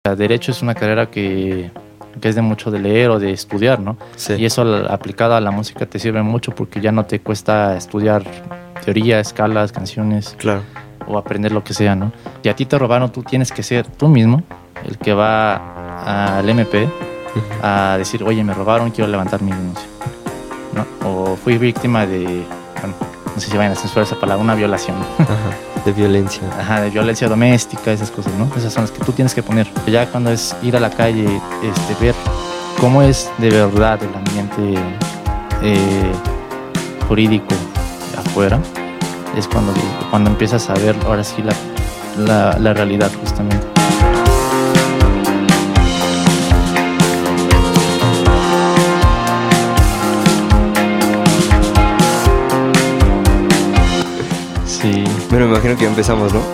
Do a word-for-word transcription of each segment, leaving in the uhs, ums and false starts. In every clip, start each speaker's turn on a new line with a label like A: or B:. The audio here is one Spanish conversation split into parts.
A: Derecho es una carrera que, que es de mucho de leer o de estudiar, ¿no?
B: Sí.
A: Y eso aplicado a la música te sirve mucho porque ya no te cuesta estudiar teoría, escalas, canciones.
B: Claro.
A: O aprender lo que sea, ¿no? Y a ti te robaron, tú tienes que ser tú mismo el que va al M P a decir, oye, me robaron, quiero levantar mi denuncia, ¿no? O fui víctima de, bueno, no sé si vayan a censurar esa palabra, una violación.
B: Ajá, de violencia.
A: Ajá, de violencia doméstica, esas cosas, ¿no? Esas son las que tú tienes que poner. Ya cuando es ir a la calle, este, ver cómo es de verdad el ambiente eh, jurídico afuera, es cuando, cuando empiezas a ver ahora sí la, la, la realidad justamente. Sí.
B: Bueno, me imagino que ya empezamos, ¿no?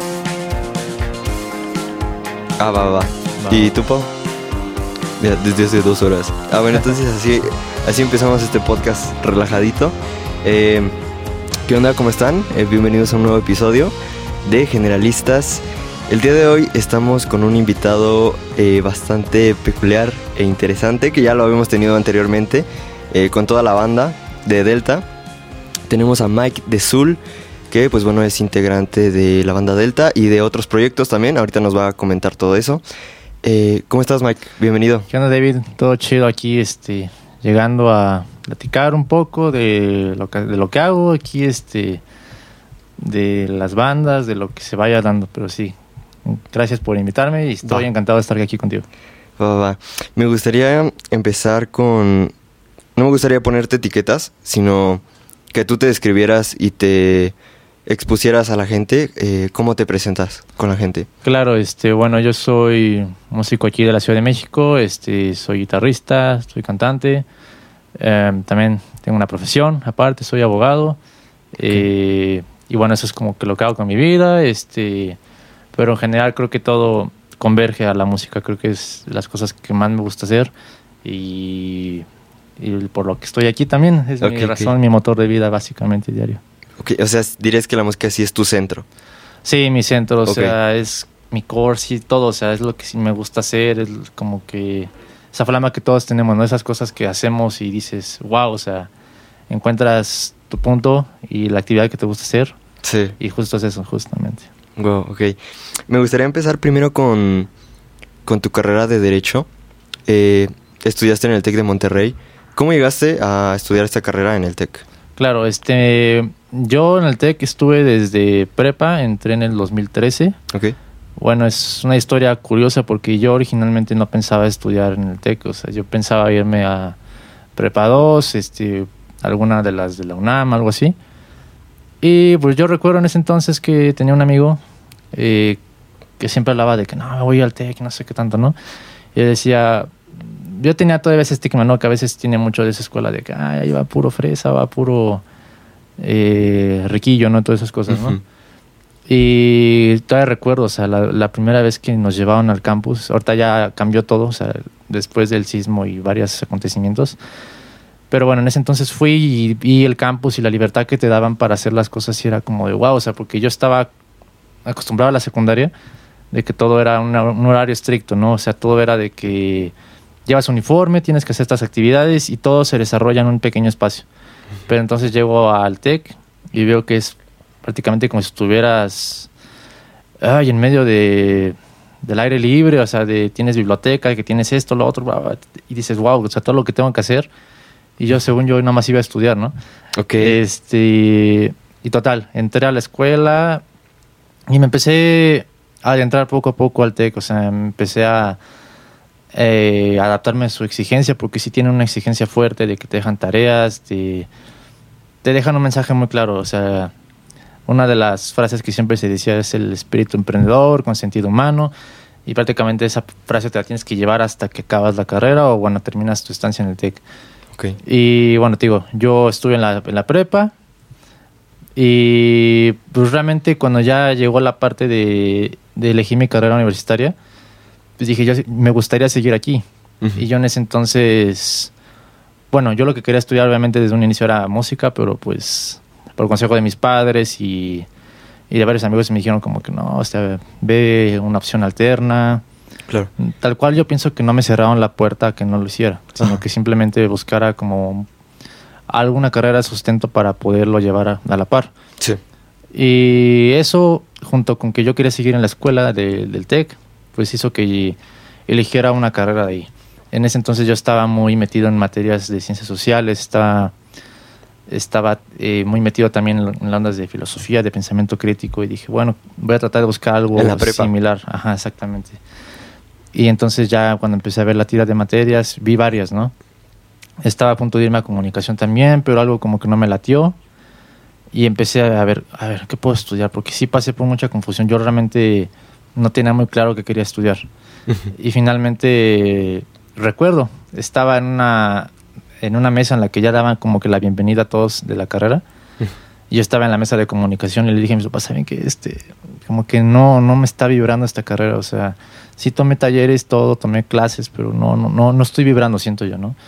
B: Ah, va, va, va. ¿Y tú, Pau? Mira, desde hace dos horas. Ah, bueno, entonces así, así empezamos este podcast relajadito. Eh... ¿Qué onda? ¿Cómo están? Eh, bienvenidos a un nuevo episodio de Generalistas. El día de hoy estamos con un invitado eh, bastante peculiar e interesante, que ya lo habíamos tenido anteriormente eh, con toda la banda de Delta. Tenemos a Mike de Zul, que pues bueno es integrante de la banda Delta y de otros proyectos también. Ahorita nos va a comentar todo eso. Eh, ¿Cómo estás, Mike? Bienvenido.
A: ¿Qué onda, David? Todo chido aquí, este, llegando a platicar un poco de lo que, de lo que hago aquí, este, de las bandas, de lo que se vaya dando, pero sí, gracias por invitarme y estoy va. encantado de estar aquí contigo.
B: Va, va, va. Me gustaría empezar con, no me gustaría ponerte etiquetas, sino que tú te describieras y te expusieras a la gente. Eh, ¿Cómo te presentas con la gente?
A: Claro, este, bueno, yo soy músico aquí de la Ciudad de México, este, soy guitarrista, soy cantante. Eh, también tengo una profesión, aparte soy abogado. Okay. Eh, y bueno, eso es como que lo que hago con mi vida. Este, pero en general creo que todo converge a la música. Creo que es las cosas que más me gusta hacer. Y, y por lo que estoy aquí también. Es okay, mi razón, okay. mi motor de vida básicamente diario.
B: Okay, o sea, dirías que la música sí es tu centro.
A: Sí, mi centro, o okay. sea, es mi core, sí, todo. O sea, es lo que sí me gusta hacer. Es como que esa flama que todos tenemos, ¿no? Esas cosas que hacemos y dices, wow, o sea, encuentras tu punto y la actividad que te gusta hacer.
B: Sí.
A: Y justo es eso, justamente.
B: Wow, ok. Me gustaría empezar primero con, con tu carrera de Derecho. Eh, estudiaste en el TEC de Monterrey. ¿Cómo llegaste a estudiar esta carrera en el TEC?
A: Claro, este, yo en el TEC estuve desde prepa, entré en el dos mil trece.
B: Ok.
A: Bueno, es una historia curiosa porque yo originalmente no pensaba estudiar en el TEC. O sea, yo pensaba irme a Prepa dos, este, alguna de las de la UNAM, algo así. Y pues yo recuerdo en ese entonces que tenía un amigo eh, que siempre hablaba de que no, me voy al TEC, no sé qué tanto, ¿no? Y él decía, yo tenía todavía ese estigma, ¿no? Que a veces tiene mucho de esa escuela de que ah, ahí va puro fresa, va puro eh, riquillo, ¿no? Todas esas cosas, ¿no? Uh-huh. Y todavía recuerdo, o sea, la, la primera vez que nos llevaron al campus, ahorita ya cambió todo, o sea, después del sismo y varios acontecimientos. Pero bueno, en ese entonces fui y vi el campus y la libertad que te daban para hacer las cosas y era como de wow, o sea, porque yo estaba acostumbrado a la secundaria de que todo era una, un horario estricto, ¿no? O sea, todo era de que llevas uniforme, tienes que hacer estas actividades y todo se desarrolla en un pequeño espacio. Pero entonces llego al TEC y veo que es prácticamente como si estuvieras ay, en medio de, del aire libre, o sea, de tienes biblioteca, que tienes esto, lo otro, bla, bla, y dices, wow, o sea, todo lo que tengo que hacer. Y yo, según yo, nada más iba a estudiar, ¿no?
B: Ok.
A: Este, y total, entré a la escuela y me empecé a adentrar poco a poco al TEC, o sea, empecé a eh, adaptarme a su exigencia, porque sí tienen una exigencia fuerte de que te dejan tareas, te, te dejan un mensaje muy claro, o sea, una de las frases que siempre se decía es el espíritu emprendedor con sentido humano, y prácticamente esa frase te la tienes que llevar hasta que acabas la carrera o bueno, terminas tu estancia en el TEC.
B: Okay.
A: Y bueno, te digo, yo estuve en la, en la prepa y pues realmente cuando ya llegó la parte de, de elegir mi carrera universitaria, pues dije, yo me gustaría seguir aquí. Uh-huh. Y yo en ese entonces, bueno, yo lo que quería estudiar obviamente desde un inicio era música, pero pues por consejo de mis padres y, y de varios amigos me dijeron como que no, o sea, ve una opción alterna.
B: Claro.
A: Tal cual yo pienso que no me cerraron la puerta a que no lo hiciera, sino Ajá. que simplemente buscara como alguna carrera de sustento para poderlo llevar a, a la par.
B: Sí.
A: Y eso, junto con que yo quería seguir en la escuela de, del TEC, pues hizo que eligiera una carrera de ahí. En ese entonces yo estaba muy metido en materias de ciencias sociales, estaba, estaba eh, muy metido también en las ondas de filosofía, de pensamiento crítico, y dije, bueno, voy a tratar de buscar algo
B: en la prepa.
A: similar. Ajá, exactamente. Y entonces ya cuando empecé a ver la tira de materias, vi varias, ¿no? Estaba a punto de irme a comunicación también, pero algo como que no me latió. Y empecé a ver, a ver, ¿qué puedo estudiar? Porque sí pasé por mucha confusión. Yo realmente no tenía muy claro qué quería estudiar. Y finalmente, recuerdo, estaba en una, en una mesa en la que ya daban como que la bienvenida a todos de la carrera. Y yo estaba en la mesa de comunicación y le dije a mis papás, ¿saben qué? Este, como que no, no me está vibrando esta carrera. O sea, sí tomé talleres, todo, tomé clases, pero no, no, no, no estoy vibrando, siento yo, ¿no?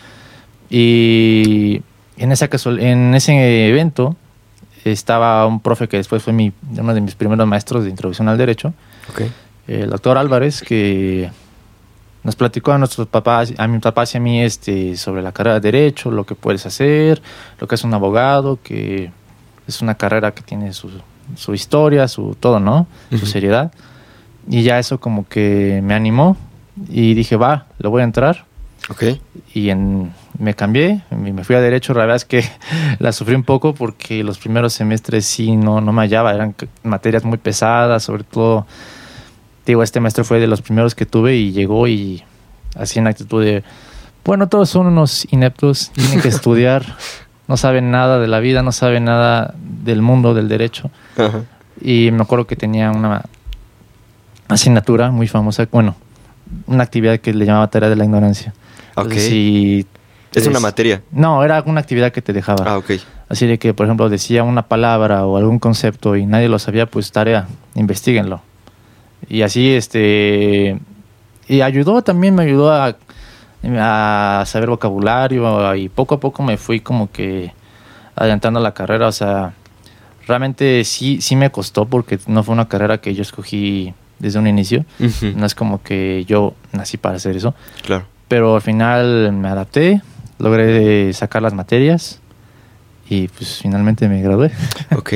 A: Y en, esa casual, en ese evento estaba un profe que después fue mi, uno de mis primeros maestros de introducción al derecho,
B: okay.
A: el doctor Álvarez, que nos platicó a nuestros papás, a mi papá y a mí este, sobre la carrera de derecho, lo que puedes hacer, lo que es un abogado, que es una carrera que tiene su, su historia, su todo, ¿no? Uh-huh. Su seriedad. Y ya eso como que me animó y dije, va, lo voy a entrar.
B: Okay.
A: Y en, me cambié, me fui a derecho. La verdad es que la sufrí un poco porque los primeros semestres sí no, no me hallaba, eran materias muy pesadas, sobre todo, digo, este maestro fue de los primeros que tuve y llegó y así en actitud de, bueno, todos son unos ineptos, tienen que estudiar, no saben nada de la vida, no saben nada del mundo del derecho.
B: Uh-huh.
A: Y me acuerdo que tenía una asignatura muy famosa, bueno, una actividad que le llamaba tarea de la ignorancia. Entonces,
B: okay.
A: si
B: ¿Es una materia?
A: No, era una actividad que te dejaba.
B: Ah, ok.
A: Así de que, por ejemplo, decía una palabra o algún concepto y nadie lo sabía, pues tarea, investíguenlo. Y así, este... Y ayudó también, me ayudó a, a saber vocabulario y poco a poco me fui como que adelantando la carrera. O sea, realmente sí, sí me costó porque no fue una carrera que yo escogí desde un inicio.
B: Uh-huh.
A: No es como que yo nací para hacer eso.
B: Claro.
A: Pero al final me adapté, logré sacar las materias y pues finalmente me gradué.
B: Ok.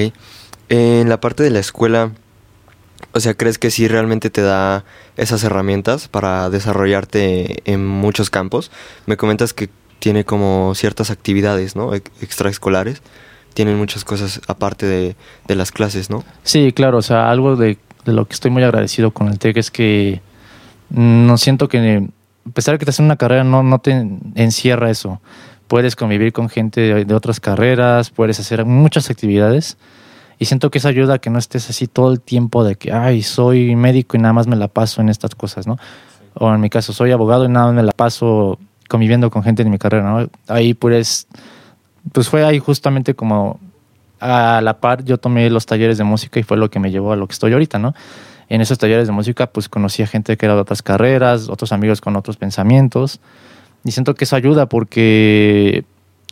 B: En la parte de la escuela, o sea, ¿crees que sí realmente te da esas herramientas para desarrollarte en muchos campos? Me comentas que tiene como ciertas actividades, ¿no? Extraescolares. Tienen muchas cosas aparte de, de las clases, ¿no?
A: Sí, claro. O sea, algo de, de lo que estoy muy agradecido con el TEC es que no siento que... A pesar de que te hacen una carrera, no, no te encierra eso. Puedes convivir con gente de, de otras carreras, puedes hacer muchas actividades. Y siento que eso ayuda a que no estés así todo el tiempo de que, ay, soy médico y nada más me la paso en estas cosas, ¿no? O en mi caso, soy abogado y nada más me la paso conviviendo con gente de mi carrera, ¿no? Ahí pues, pues fue ahí justamente como a la par yo tomé los talleres de música y fue lo que me llevó a lo que estoy ahorita, ¿no? En esos talleres de música pues conocí a gente que era de otras carreras, otros amigos con otros pensamientos y siento que eso ayuda porque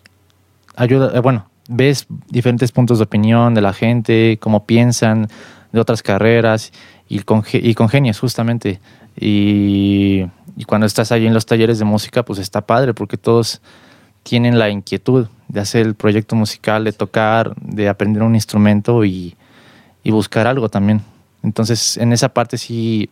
A: ayuda, bueno, ves diferentes puntos de opinión de la gente, cómo piensan de otras carreras y, conge- y congenias justamente y, y cuando estás ahí en los talleres de música pues está padre porque todos tienen la inquietud de hacer el proyecto musical, de tocar, de aprender un instrumento y, y buscar algo también. Entonces, en esa parte sí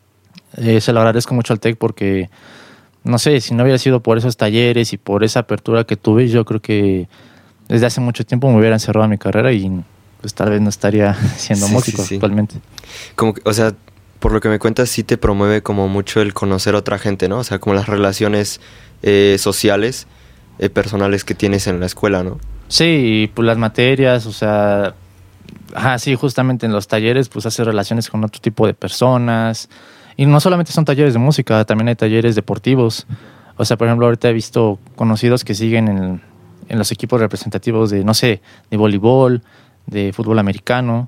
A: eh, se lo agradezco mucho al TEC porque, no sé, si no hubiera sido por esos talleres y por esa apertura que tuve, yo creo que desde hace mucho tiempo me hubiera encerrado en mi carrera y pues tal vez no estaría siendo
B: sí,
A: músico
B: sí, sí.
A: actualmente.
B: Como que, o sea, por lo que me cuentas, sí te promueve como mucho el conocer a otra gente, ¿no? O sea, como las relaciones eh, sociales, eh, personales que tienes en la escuela, ¿no?
A: Sí, pues las materias, o sea... Ajá, sí, justamente en los talleres pues haces relaciones con otro tipo de personas y no solamente son talleres de música, también hay talleres deportivos. O sea, por ejemplo, ahorita he visto conocidos que siguen en, en los equipos representativos de, no sé, de voleibol, de fútbol americano.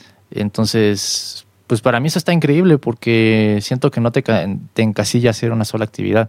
A: Entonces, pues para mí eso está increíble porque siento que no te, te encasilla hacer una sola actividad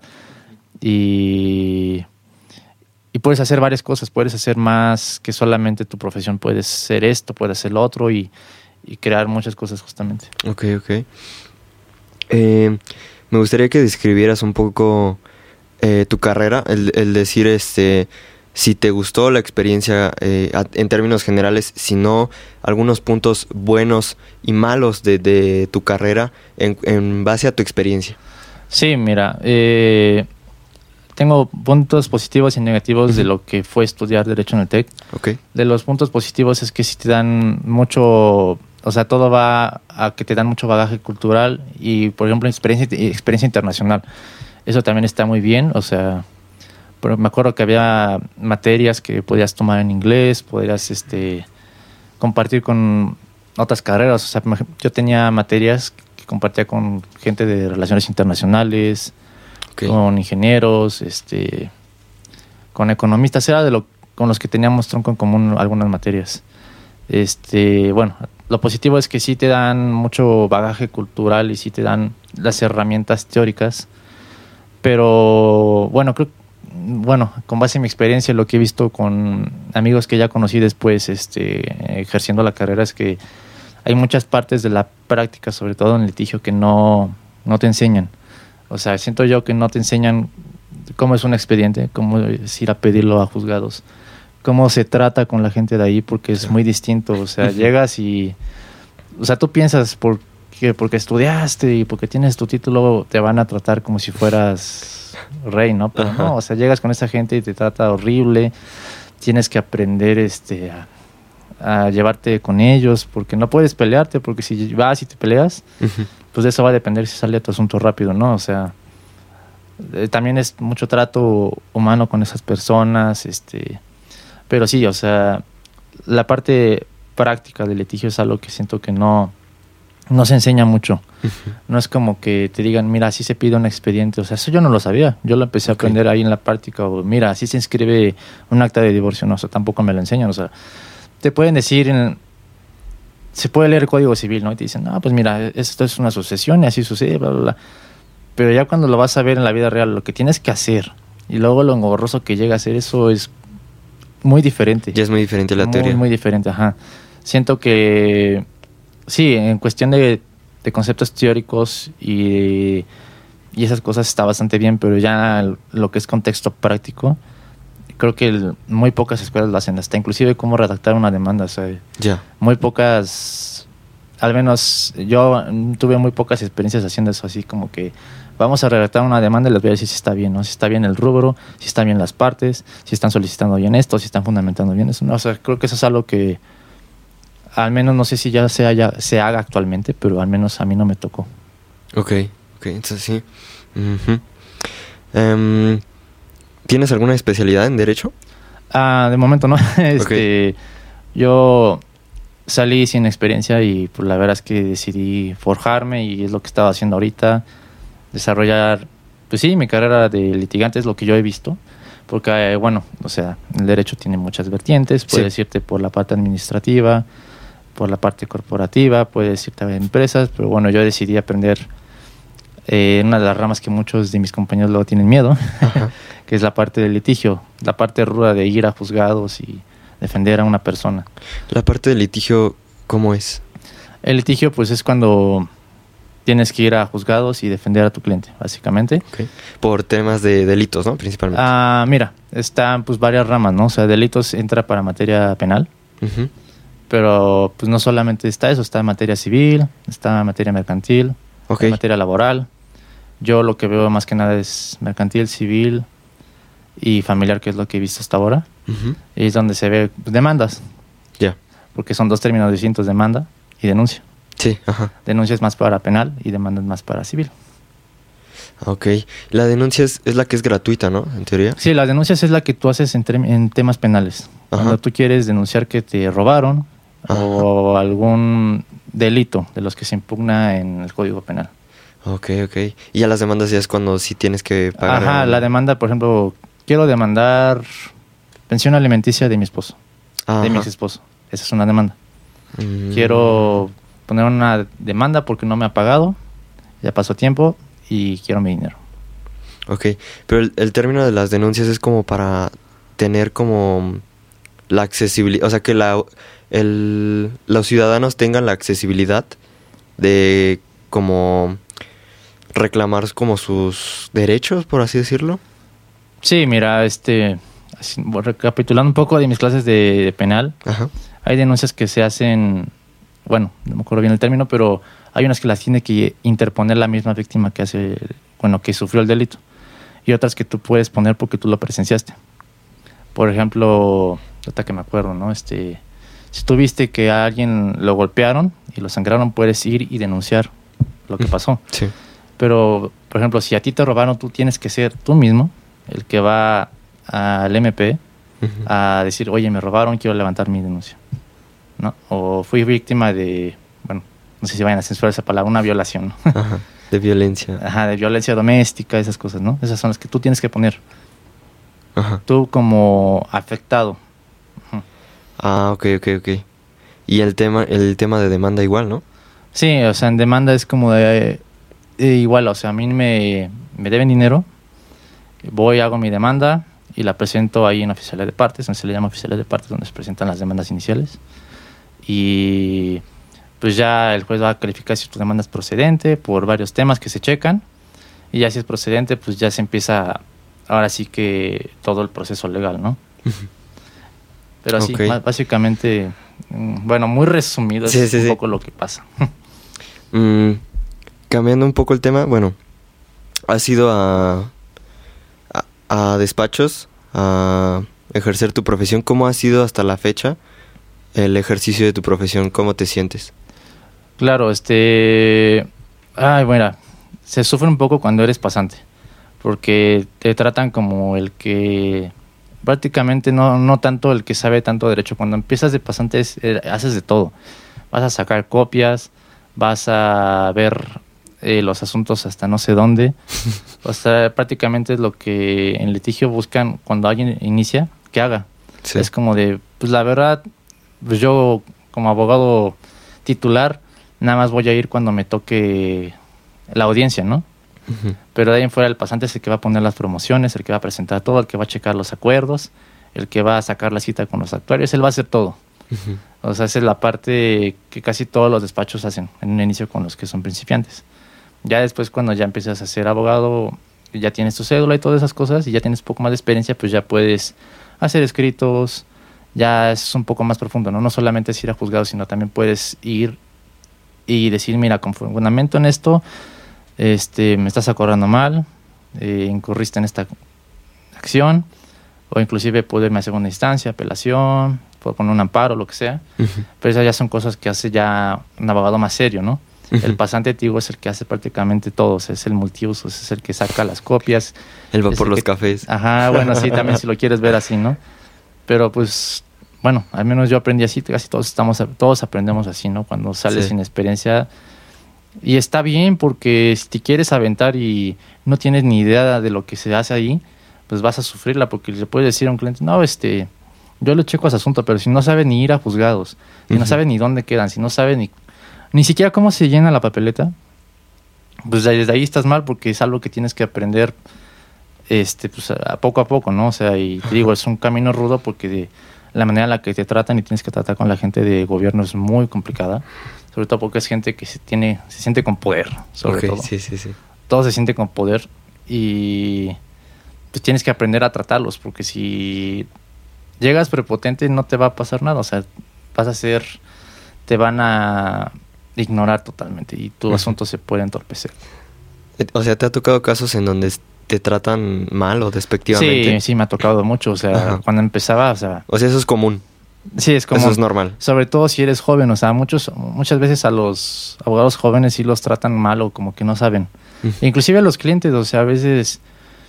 A: y... Y puedes hacer varias cosas, puedes hacer más que solamente tu profesión, puedes hacer esto, puedes hacer lo otro y, y crear muchas cosas justamente.
B: Ok, ok. Eh, me gustaría que describieras un poco eh, tu carrera, el, el decir este si te gustó la experiencia eh, en términos generales, si no, algunos puntos buenos y malos de, de tu carrera en, en base a tu experiencia.
A: Sí, mira, eh, tengo puntos positivos y negativos uh-huh. de lo que fue estudiar Derecho en el TEC.
B: Okay.
A: De los puntos positivos es que sí te dan mucho, o sea, todo va a que te dan mucho bagaje cultural y, por ejemplo, experiencia, experiencia internacional. Eso también está muy bien, o sea... Pero me acuerdo que había materias que podías tomar en inglés, podías este, compartir con otras carreras. O sea, yo tenía materias que compartía con gente de relaciones internacionales, okay. con ingenieros, este, con economistas. Era de lo con los que teníamos tronco en común algunas materias. Este, bueno, lo positivo es que sí te dan mucho bagaje cultural y sí te dan las herramientas teóricas. Pero bueno, creo que Bueno, con base en mi experiencia, lo que he visto con amigos que ya conocí después este, ejerciendo la carrera es que hay muchas partes de la práctica, sobre todo en litigio, que no, no te enseñan. O sea, siento yo que no te enseñan cómo es un expediente, cómo es ir a pedirlo a juzgados, cómo se trata con la gente de ahí, porque es muy distinto. O sea, llegas y... O sea, tú piensas porque, porque estudiaste y porque tienes tu título, te van a tratar como si fueras... rey, ¿no? Pero Ajá. no, o sea, llegas con esa gente y te trata horrible, tienes que aprender este a, a llevarte con ellos, porque no puedes pelearte, porque si vas y te peleas, uh-huh. pues de eso va a depender si sale tu asunto rápido, ¿no? O sea, eh, también es mucho trato humano con esas personas, este, pero sí, o sea, la parte práctica del litigio es algo que siento que no no se enseña mucho. Uh-huh. No es como que te digan, mira, así se pide un expediente. O sea, eso yo no lo sabía. Yo lo empecé a okay. aprender ahí en la práctica. O mira, así se inscribe un acta de divorcio. No, o sea, tampoco me lo enseñan. O sea, te pueden decir, en, se puede leer el Código Civil, ¿no? Y te dicen, no, pues mira, esto es una sucesión y así sucede, bla, bla, bla. Pero ya cuando lo vas a ver en la vida real, lo que tienes que hacer y luego lo engorroso que llega a ser, eso es muy diferente.
B: Ya es muy diferente la
A: muy,
B: teoría.
A: Muy, muy diferente, ajá. Siento que... Sí, en cuestión de, de conceptos teóricos y, y esas cosas está bastante bien, pero ya lo que es contexto práctico, creo que el, muy pocas escuelas lo hacen, hasta inclusive cómo redactar una demanda. O sea,
B: yeah.
A: muy pocas, al menos yo tuve muy pocas experiencias haciendo eso, así como que vamos a redactar una demanda y les voy a decir si está bien, ¿no? Si está bien el rubro, si están bien las partes, si están solicitando bien esto, si están fundamentando bien eso. ¿No? O sea, creo que eso es algo que al menos no sé si ya se, haya, se haga actualmente, pero al menos a mí no me tocó.
B: Ok, ok, entonces sí. Uh-huh. Um, ¿Tienes alguna especialidad en Derecho?
A: Ah, de momento no. este,
B: okay.
A: Yo salí sin experiencia y pues la verdad es que decidí forjarme y es lo que estaba haciendo ahorita. Desarrollar, pues sí, mi carrera de litigante es lo que yo he visto. Porque, eh, bueno, o sea, el Derecho tiene muchas vertientes. Puedes sí. irte por la parte administrativa, por la parte corporativa, puedes irte a empresas, pero bueno, yo decidí aprender eh, una de las ramas que muchos de mis compañeros luego tienen miedo, que es la parte del litigio, la parte ruda de ir a juzgados y defender a una persona.
B: La parte del litigio, ¿cómo es?
A: El litigio, pues, es cuando tienes que ir a juzgados y defender a tu cliente, básicamente.
B: Okay. Por temas de delitos, ¿no? Principalmente.
A: Ah, mira, están pues varias ramas, ¿no? O sea, delitos entra para materia penal.
B: Uh-huh.
A: Pero pues no solamente está eso, está en materia civil, está en materia mercantil,
B: okay.
A: en materia laboral. Yo lo que veo más que nada es mercantil, civil y familiar, que es lo que he visto hasta ahora.
B: Uh-huh.
A: Y es donde se ve pues, demandas.
B: Ya. Yeah.
A: Porque son dos términos distintos, demanda y denuncia.
B: Sí, ajá.
A: Denuncia es más para penal y demanda es más para civil.
B: Ok. La denuncia es, es la que es gratuita, ¿no? En teoría.
A: Sí, las denuncias es la que tú haces en, en temas penales. Ajá. Cuando tú quieres denunciar que te robaron, Ajá. o algún delito de los que se impugna en el Código Penal.
B: Ok, ok. Y ya las demandas ya es cuando sí tienes que pagar.
A: Ajá,
B: un...
A: la demanda, por ejemplo, quiero demandar pensión alimenticia de mi esposo, Ajá. de mi ex esposo. Esa es una demanda. Mm. Quiero poner una demanda porque no me ha pagado, ya pasó tiempo y quiero mi dinero.
B: Ok, pero el, el término de las denuncias es como para tener como la accesibilidad, o sea, que la... El, los ciudadanos tengan la accesibilidad de como reclamar como sus derechos, por así decirlo.
A: Sí, mira, este, así, recapitulando un poco de mis clases de, de penal,
B: Ajá.
A: Hay denuncias que se hacen, bueno, no me acuerdo bien el término, pero hay unas que las tiene que interponer la misma víctima que hace, bueno, que sufrió el delito, y otras que tú puedes poner porque tú lo presenciaste. Por ejemplo, hasta que me acuerdo, ¿no? Este, si tú viste que a alguien lo golpearon y lo sangraron, puedes ir y denunciar lo que pasó.
B: Sí.
A: Pero, por ejemplo, si a ti te robaron, tú tienes que ser tú mismo el que va al M P uh-huh. a decir, oye, me robaron, quiero levantar mi denuncia, ¿no? O fui víctima de, bueno, no sé si vayan a censurar esa palabra, una violación, ¿no?
B: Ajá, de violencia.
A: Ajá, de violencia doméstica, esas cosas, ¿no? Esas son las que tú tienes que poner.
B: Ajá.
A: Tú como afectado. Uh-huh.
B: Ah, ok, ok, ok. Y el tema, el tema de demanda igual, ¿no?
A: Sí, o sea, en demanda es como de, de igual, o sea, a mí me, me deben dinero, voy, hago mi demanda y la presento ahí en oficialía de partes, donde se le llama oficialía de partes, donde se presentan las demandas iniciales. Y pues ya el juez va a calificar si tu demanda es procedente por varios temas que se checan. Y ya si es procedente, pues ya se empieza, ahora sí que todo el proceso legal, ¿no? Pero sí, okay. básicamente, bueno, muy resumido,
B: sí,
A: es
B: sí,
A: un
B: sí.
A: poco lo que pasa.
B: mm, cambiando un poco el tema, bueno, has ido a... a despachos, a ejercer tu profesión. ¿Cómo ha sido hasta la fecha el ejercicio de tu profesión? ¿Cómo te sientes?
A: Claro, este... Ay, bueno, se sufre un poco cuando eres pasante, porque te tratan como el que... prácticamente no, no tanto el que sabe tanto derecho. Cuando empiezas de pasante es, eh, haces de todo. Vas a sacar copias, vas a ver... Eh, los asuntos hasta no sé dónde. O sea, prácticamente es lo que en litigio buscan cuando alguien inicia que haga. Sí. Es como de, pues la verdad, pues yo como abogado titular nada más voy a ir cuando me toque la audiencia, ¿no? Uh-huh. Pero de ahí en fuera el pasante es el que va a poner las promociones, el que va a presentar todo, el que va a checar los acuerdos, el que va a sacar la cita con los actuarios, él va a hacer todo. Uh-huh. O sea, esa es la parte que casi todos los despachos hacen en un inicio con los que son principiantes. Ya después, cuando ya empiezas a ser abogado, ya tienes tu cédula y todas esas cosas, y ya tienes un poco más de experiencia, pues ya puedes hacer escritos, ya es un poco más profundo, ¿no? No solamente es ir a juzgado, sino también puedes ir y decir, mira, con fundamento en esto, este, me estás acordando mal, eh, incurriste en esta acción, o inclusive puedo irme a segunda instancia, apelación, puedo poner un amparo, lo que sea. Uh-huh. Pero esas ya son cosas que hace ya un abogado más serio, ¿no? El pasante, digo, es el que hace prácticamente todo, o sea, es el multiusos, es el que saca las copias.
B: Él va por los
A: que,
B: cafés.
A: Ajá, bueno, sí, también si lo quieres ver así, ¿no? Pero pues, bueno, al menos yo aprendí así, casi todos estamos, todos aprendemos así, ¿no? Cuando sales sí. sin experiencia. Y está bien, porque si te quieres aventar y no tienes ni idea de lo que se hace ahí, pues vas a sufrirla, porque le puedes decir a un cliente, no, este, yo le checo ese asunto, pero si no sabe ni ir a juzgados, si uh-huh. no sabe ni dónde quedan, si no sabe ni... Ni siquiera cómo se llena la papeleta, pues desde ahí estás mal, porque es algo que tienes que aprender este, pues, a poco a poco, ¿no? O sea, y te digo, es un camino rudo porque de la manera en la que te tratan y tienes que tratar con la gente de gobierno es muy complicada, sobre todo porque es gente que se tiene, se siente con poder, sobre
B: okay,
A: todo.
B: Sí, sí, sí.
A: Todo se siente con poder y pues tienes que aprender a tratarlos, porque si llegas prepotente no te va a pasar nada, o sea, vas a ser, te van a ignorar totalmente y tu uh-huh. asunto se puede entorpecer.
B: O sea, ¿te ha tocado casos en donde te tratan mal o despectivamente?
A: Sí, sí, me ha tocado mucho. O sea, uh-huh. cuando empezaba, o sea...
B: O sea, eso es común.
A: Sí, es común.
B: Eso es normal.
A: Sobre todo si eres joven, o sea, muchos, muchas veces a los abogados jóvenes sí los tratan mal o como que no saben. Uh-huh. Inclusive a los clientes, o sea, a veces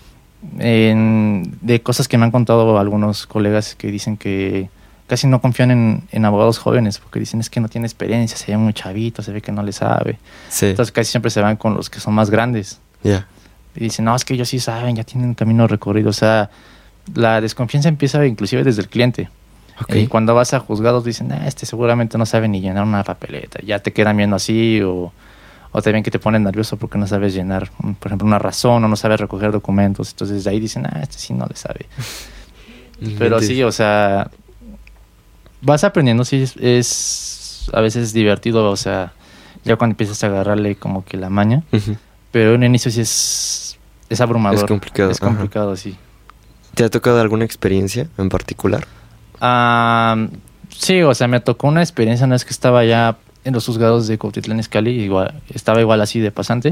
A: en, de cosas que me han contado algunos colegas que dicen que casi no confían en, en abogados jóvenes porque dicen es que no tiene experiencia, se ve muy chavito, se ve que no le sabe. Sí. Entonces casi siempre se van con los que son más grandes.
B: Yeah.
A: Y dicen, no, es que ellos sí saben, ya tienen un camino recorrido. O sea, la desconfianza empieza inclusive desde el cliente. Okay. Y cuando vas a juzgados dicen, ah, este seguramente no sabe ni llenar una papeleta. Ya te quedan viendo así o, o te ven que te ponen nervioso porque no sabes llenar, por ejemplo, una razón o no sabes recoger documentos. Entonces de ahí dicen, ah, este sí no le sabe. Pero sí, o sea... Vas aprendiendo, sí, es, es a veces divertido, o sea, ya cuando empiezas a agarrarle como que la maña, uh-huh. pero en el inicio sí es, es abrumador.
B: Es complicado.
A: Es complicado,
B: Ajá.
A: sí.
B: ¿Te ha tocado alguna experiencia en particular?
A: Um, sí, o sea, me tocó una experiencia una vez que estaba ya en los juzgados de Cuautitlán Izcalli, igual, estaba igual así de pasante,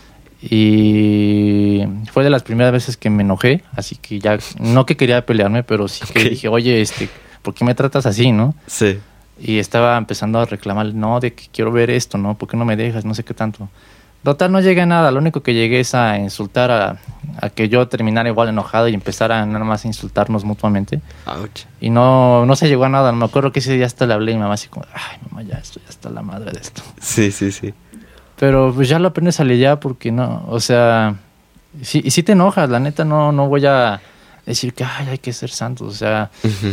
A: y fue de las primeras veces que me enojé, así que ya, no que quería pelearme, pero sí que
B: Okay.
A: dije, oye, este, ¿por qué me tratas así, no?
B: Sí.
A: Y estaba empezando a reclamar, no, de que quiero ver esto, ¿no? ¿Por qué no me dejas? No sé qué tanto. Total, no llegué a nada, lo único que llegué es a insultar, a, a que yo terminara igual enojado y empezara nada más a insultarnos mutuamente.
B: Ouch.
A: Y no, no se llegó a nada. Me acuerdo que ese día hasta le hablé y mi mamá así como, ay, mamá, ya estoy hasta la madre de esto.
B: Sí, sí, sí.
A: Pero pues ya lo aprendes a lidiar porque no, o sea, sí, y sí te enojas, la neta, no, no voy a decir que, ay, hay que ser santos, o sea...
B: Uh-huh.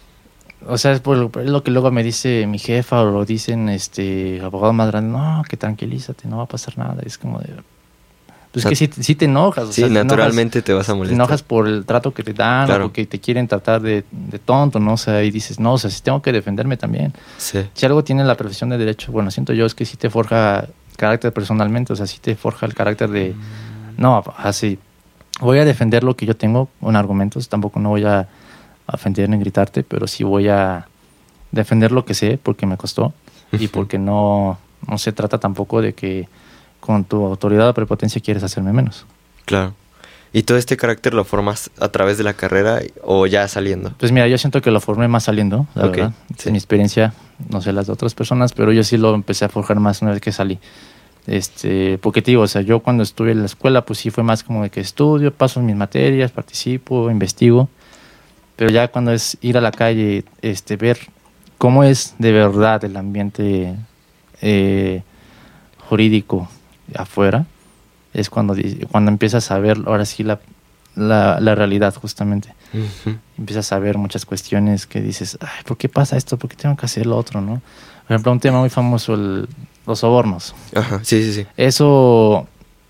A: O sea, es, por lo, es lo que luego me dice mi jefa o lo dicen este abogados más grandes. No, que tranquilízate, no va a pasar nada. Es como de... Pues es que sí, sí te enojas. O
B: sí,
A: sea,
B: naturalmente
A: te, enojas,
B: te vas a molestar.
A: Te enojas por el trato que te dan,
B: claro.
A: o porque te quieren tratar de, de tonto, ¿no? O sea, y dices, no, o sea, sí tengo que defenderme también.
B: Sí.
A: Si algo tiene la profesión de derecho, bueno, siento yo, es que sí te forja carácter personalmente. O sea, sí te forja el carácter de... No, así... Voy a defender lo que yo tengo con argumentos. Tampoco no voy a... a ofender ni gritarte, pero sí voy a defender lo que sé porque me costó y porque no, no se trata tampoco de que con tu autoridad o prepotencia quieres hacerme menos.
B: Claro. ¿Y todo este carácter lo formas a través de la carrera o ya saliendo?
A: Pues mira, yo siento que lo formé más saliendo, la
B: okay.
A: verdad.
B: Sí.
A: En mi experiencia, no sé las de otras personas, pero yo sí lo empecé a forjar más una vez que salí. Este, porque te digo, o sea, yo cuando estuve en la escuela, pues sí fue más como de que estudio, paso mis materias, participo, investigo. Pero ya cuando es ir a la calle, este, ver cómo es de verdad el ambiente eh, jurídico afuera, es cuando, cuando empiezas a ver ahora sí la, la, la realidad justamente.
B: Uh-huh.
A: Empiezas a ver muchas cuestiones que dices, ay, ¿por qué pasa esto? ¿Por qué tengo que hacer lo otro? ¿No? Por ejemplo, un tema muy famoso, el, los sobornos.
B: Ajá, sí, sí, sí.
A: Eso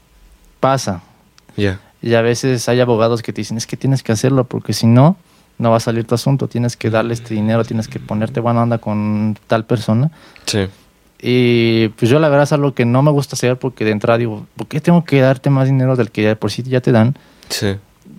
A: pasa.
B: Ya. Yeah.
A: Y a veces hay abogados que te dicen, es que tienes que hacerlo porque si no, no va a salir tu asunto, tienes que darle este dinero, tienes que ponerte buena onda con tal persona.
B: Sí.
A: Y pues yo la verdad es algo que no me gusta hacer porque de entrada digo, ¿por qué tengo que darte más dinero del que ya por sí ya te dan?
B: Sí.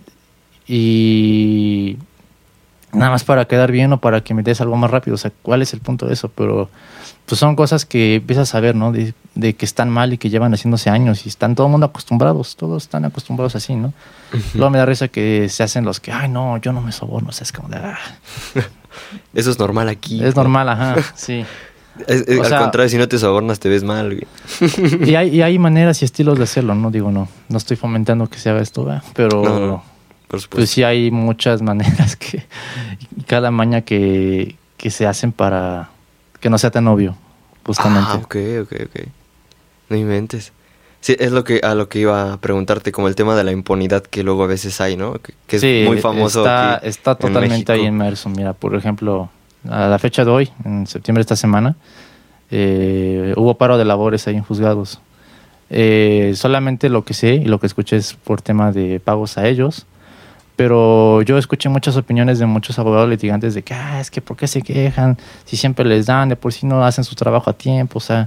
A: Y nada más para quedar bien o para que me des algo más rápido, o sea, ¿cuál es el punto de eso? Pero pues son cosas que empiezas a ver, ¿no? De, de que están mal y que llevan haciéndose años y están todo el mundo acostumbrados, todos están acostumbrados así, ¿no? Uh-huh. Luego me da risa que se hacen los que, ay, no, yo no me soborno, o sea, es como de... Ah.
B: Eso es normal aquí.
A: Es ¿no? normal, ajá, sí.
B: Es, es, al sea, contrario, si no te sobornas te ves mal, güey.
A: Y hay, y hay maneras y estilos de hacerlo, ¿no? Digo, no, no estoy fomentando que se haga esto, ¿verdad? Pero...
B: No, no, por supuesto.
A: Pues sí hay muchas maneras que... Cada maña que, que se hacen para que no sea tan obvio. Justamente.
B: Ah, ok, ok, ok. No inventes. Sí, es lo que a lo que iba a preguntarte, como el tema de la impunidad que luego a veces hay, ¿no? Que, que
A: sí,
B: es muy famoso
A: está,
B: aquí
A: está totalmente
B: en
A: ahí inmerso. Mira, por ejemplo, a la fecha de hoy, en septiembre de esta semana, eh, hubo paro de labores ahí en juzgados. Eh, solamente lo que sé y lo que escuché es por tema de pagos a ellos. Pero yo escuché muchas opiniones de muchos abogados litigantes de que, ah, es que ¿por qué se quejan? Si siempre les dan, de por sí no hacen su trabajo a tiempo, o sea...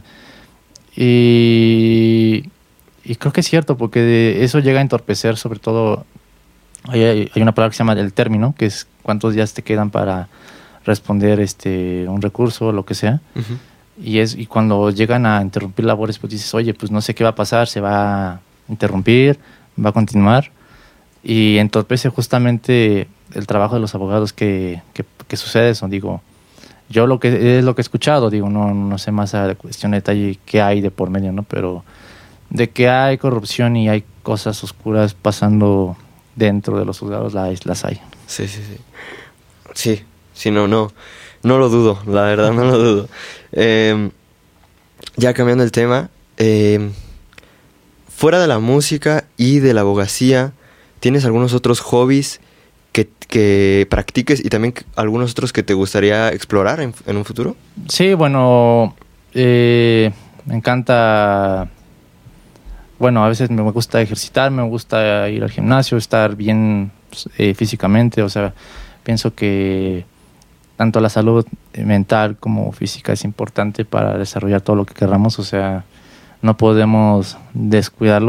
A: Y, y creo que es cierto, porque eso llega a entorpecer, sobre todo... Hay, hay una palabra que se llama el término, que es cuántos días te quedan para responder este un recurso o lo que sea. Uh-huh. Y, es, y cuando llegan a interrumpir labores, pues dices, oye, pues no sé qué va a pasar, se va a interrumpir, va a continuar. Y entorpece justamente el trabajo de los abogados que, que, que sucede eso. Digo, yo lo que es lo que he escuchado, digo, no, no sé más a la cuestión de detalle qué hay de por medio, ¿no? Pero de que hay corrupción y hay cosas oscuras pasando dentro de los juzgados, las, las hay.
B: Sí, sí, sí. Sí, sí, no, no, no lo dudo, la verdad, no lo dudo. Eh, ya cambiando el tema, eh, fuera de la música y de la abogacía, ¿tienes algunos otros hobbies que, que practiques y también algunos otros que te gustaría explorar en, en un futuro?
A: Sí, bueno, eh, me encanta, bueno, a veces me gusta ejercitar, me gusta ir al gimnasio, estar bien eh, físicamente, o sea, pienso que tanto la salud mental como física es importante para desarrollar todo lo que queramos, o sea, no podemos descuidarlo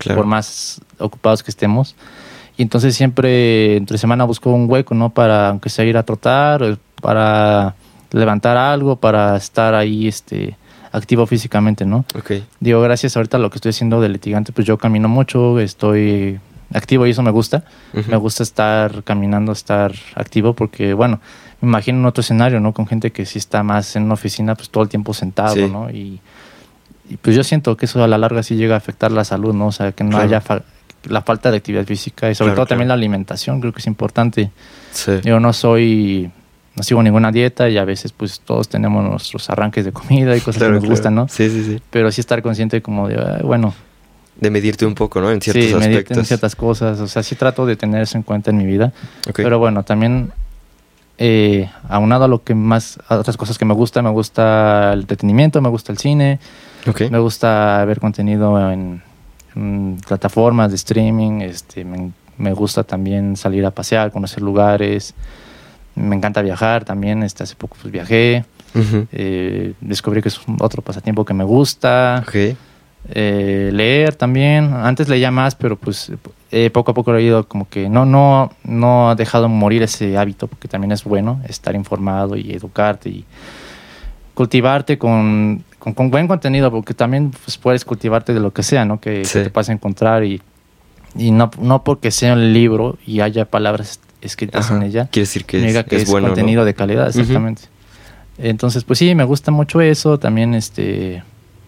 B: claro.
A: por más ocupados que estemos. Y entonces siempre entre semana busco un hueco, ¿no? Para, aunque sea ir a trotar, para levantar algo, para estar ahí este, activo físicamente, ¿no?
B: Okay.
A: Digo, gracias ahorita a lo que estoy haciendo de litigante, pues yo camino mucho, estoy activo y eso me gusta. Uh-huh. Me gusta estar caminando, estar activo, porque, bueno, me imagino en otro escenario, ¿no? Con gente que sí está más en una oficina, pues todo el tiempo sentado, sí. ¿no? Y, y pues yo siento que eso a la larga sí llega a afectar la salud, ¿no? O sea, que no claro. haya fa- la falta de actividad física y sobre claro, todo claro. también la alimentación, creo que es importante.
B: Sí.
A: Yo no soy... No sigo ninguna dieta y a veces pues todos tenemos nuestros arranques de comida y cosas claro, que nos claro. gustan, ¿no?
B: Sí, sí, sí.
A: Pero sí estar consciente como de, eh, bueno...
B: De medirte un poco, ¿no? En ciertos
A: sí,
B: aspectos. Sí,
A: medirte en ciertas cosas. O sea, sí trato de tener eso en cuenta en mi vida.
B: Okay.
A: Pero bueno, también eh, aunado a lo que más... A otras cosas que me gusta, me gusta el entretenimiento, me gusta el cine.
B: Okay.
A: Me gusta ver contenido en, en plataformas de streaming. Este, me, me gusta también salir a pasear, conocer lugares... Me encanta viajar también, este, hace poco pues viajé, uh-huh. eh, descubrí que es otro pasatiempo que me gusta,
B: okay.
A: eh, leer también, antes leía más, pero pues eh, poco a poco he ido como que no, no, no ha dejado morir ese hábito, porque también es bueno estar informado y educarte y cultivarte con, con, con buen contenido, porque también pues, puedes cultivarte de lo que sea, ¿no? Que, sí. que te puedas encontrar y, y no, no porque sea un libro y haya palabras escritas
B: Ajá.
A: en ella,
B: quiere decir que
A: es,
B: que es,
A: es
B: bueno,
A: contenido
B: ¿no?
A: de calidad, exactamente. Uh-huh. Entonces, pues sí, me gusta mucho eso. También, este,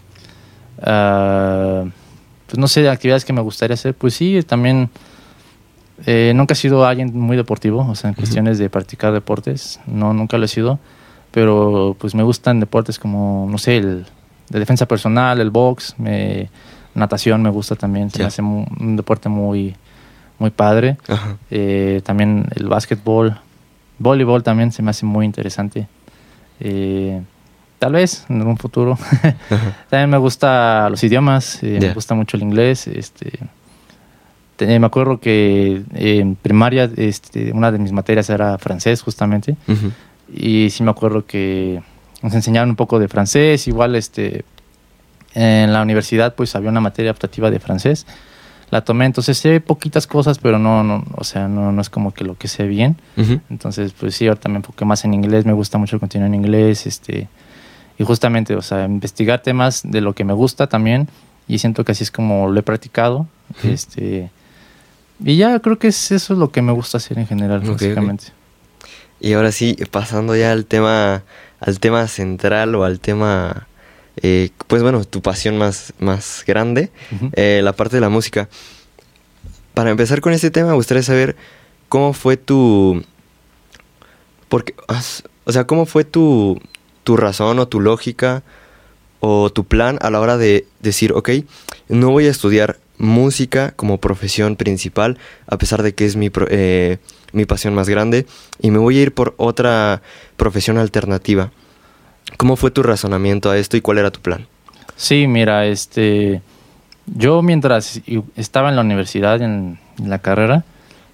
A: uh, pues no sé, actividades que me gustaría hacer. Pues sí, también eh, nunca he sido alguien muy deportivo, o sea, en uh-huh. cuestiones de practicar deportes, no, nunca lo he sido. Pero pues me gustan deportes como, no sé, el de defensa personal, el box, me, natación me gusta también. Se yeah. me hace muy, un deporte muy muy padre. Eh, también el básquetbol, voleibol también se me hace muy interesante. Eh, tal vez en algún futuro. También me gustan los idiomas, eh, yeah. me gusta mucho el inglés. Este, te, me acuerdo que en primaria este, una de mis materias era francés justamente. Uh-huh. Y sí me acuerdo que nos enseñaron un poco de francés. Igual este, en la universidad pues había una materia optativa de francés. La tomé, entonces sé poquitas cosas, pero no, no o sea, no, no es como que lo que sé bien. Uh-huh. Entonces, pues sí, ahorita me enfoqué más en inglés, me gusta mucho el contenido en inglés, este, y justamente, o sea, investigar temas de lo que me gusta también, y siento que así es como lo he practicado, uh-huh. este, y ya creo que es, eso es lo que me gusta hacer en general, okay, básicamente.
B: Okay. Y ahora sí, pasando ya al tema, al tema central o al tema... Eh, pues bueno, tu pasión más, más grande, uh-huh. eh, la parte de la música. Para empezar con este tema, me gustaría saber cómo fue tu... Porque, o sea, cómo fue tu, tu razón o tu lógica o tu plan a la hora de decir, ok, no voy a estudiar música como profesión principal, a pesar de que es mi, eh, mi pasión más grande, y me voy a ir por otra profesión alternativa. ¿Cómo fue tu razonamiento a esto y cuál era tu plan?
A: Sí, mira, este, yo mientras estaba en la universidad, en, en la carrera,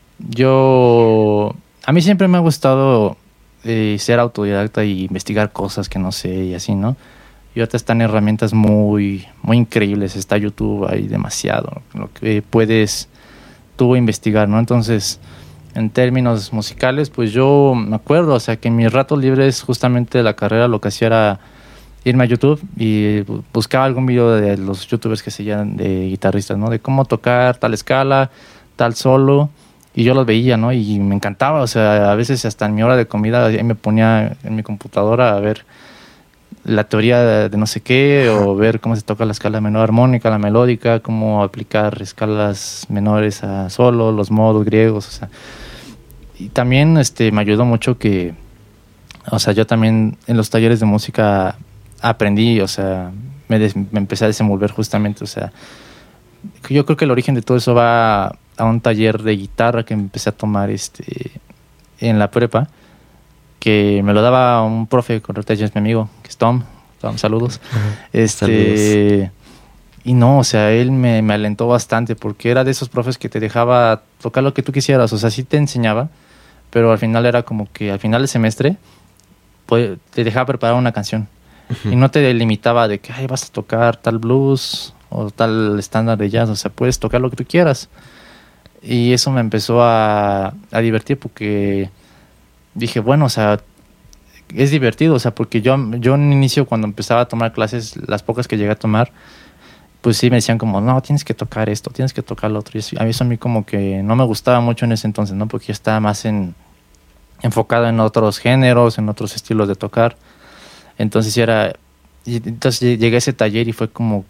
A: yo, a mí siempre me ha gustado eh, ser autodidacta y investigar cosas que no sé y así, ¿no? Y ahorita están herramientas muy, muy increíbles, está YouTube, hay demasiado, lo que puedes tú investigar, ¿no? Entonces... En términos musicales, pues yo me acuerdo, o sea, que en mis ratos libres justamente de la carrera lo que hacía era irme a YouTube y buscaba algún video de los youtubers que se llaman de guitarristas, ¿no? De cómo tocar tal escala, tal solo, y yo los veía, ¿no? Y me encantaba, o sea, a veces hasta en mi hora de comida ahí me ponía en mi computadora a ver la teoría de, de no sé qué, o ver cómo se toca la escala menor armónica, la melódica, cómo aplicar escalas menores a solo, los modos griegos, o sea. Y también este, me ayudó mucho que, o sea, yo también en los talleres de música aprendí, o sea, me, des, me empecé a desenvolver justamente, o sea, yo creo que el origen de todo eso va a un taller de guitarra que empecé a tomar este, en la prepa, que me lo daba un profe, con ahorita ya es mi amigo, que es Tom, Tom, saludos. Uh-huh. Este, saludos. Y no, o sea, él me, me alentó bastante, porque era de esos profes que te dejaba tocar lo que tú quisieras, o sea, sí te enseñaba, pero al final era como que al final del semestre pues, te dejaba preparar una canción. Uh-huh. Y no te limitaba de que ay, vas a tocar tal blues o tal estándar de jazz, o sea, puedes tocar lo que tú quieras. Y eso me empezó a, a divertir porque dije, bueno, o sea, es divertido, o sea, porque yo, yo en inicio cuando empezaba a tomar clases, las pocas que llegué a tomar, pues sí me decían como, no, tienes que tocar esto, tienes que tocar lo otro. Y a mí eso a mí como que no me gustaba mucho en ese entonces, ¿no? Porque yo estaba más en, enfocado en otros géneros, en otros estilos de tocar. Entonces era, y entonces llegué a ese taller y fue como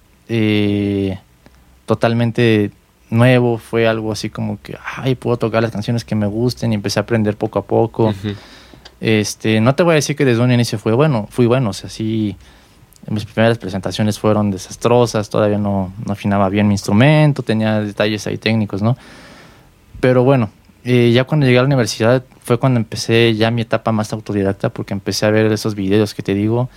A: eh, totalmente nuevo, fue algo así como que, ay, puedo tocar las canciones que me gusten y empecé a aprender poco a poco. Uh-huh. Este, no te voy a decir que desde un inicio fue bueno, fui bueno, o sea, sí, mis primeras presentaciones fueron desastrosas, todavía no, no afinaba bien mi instrumento, tenía detalles ahí técnicos, ¿no? Pero bueno, eh, ya cuando llegué a la universidad fue cuando empecé ya mi etapa más autodidacta, porque empecé a ver esos videos que te digo,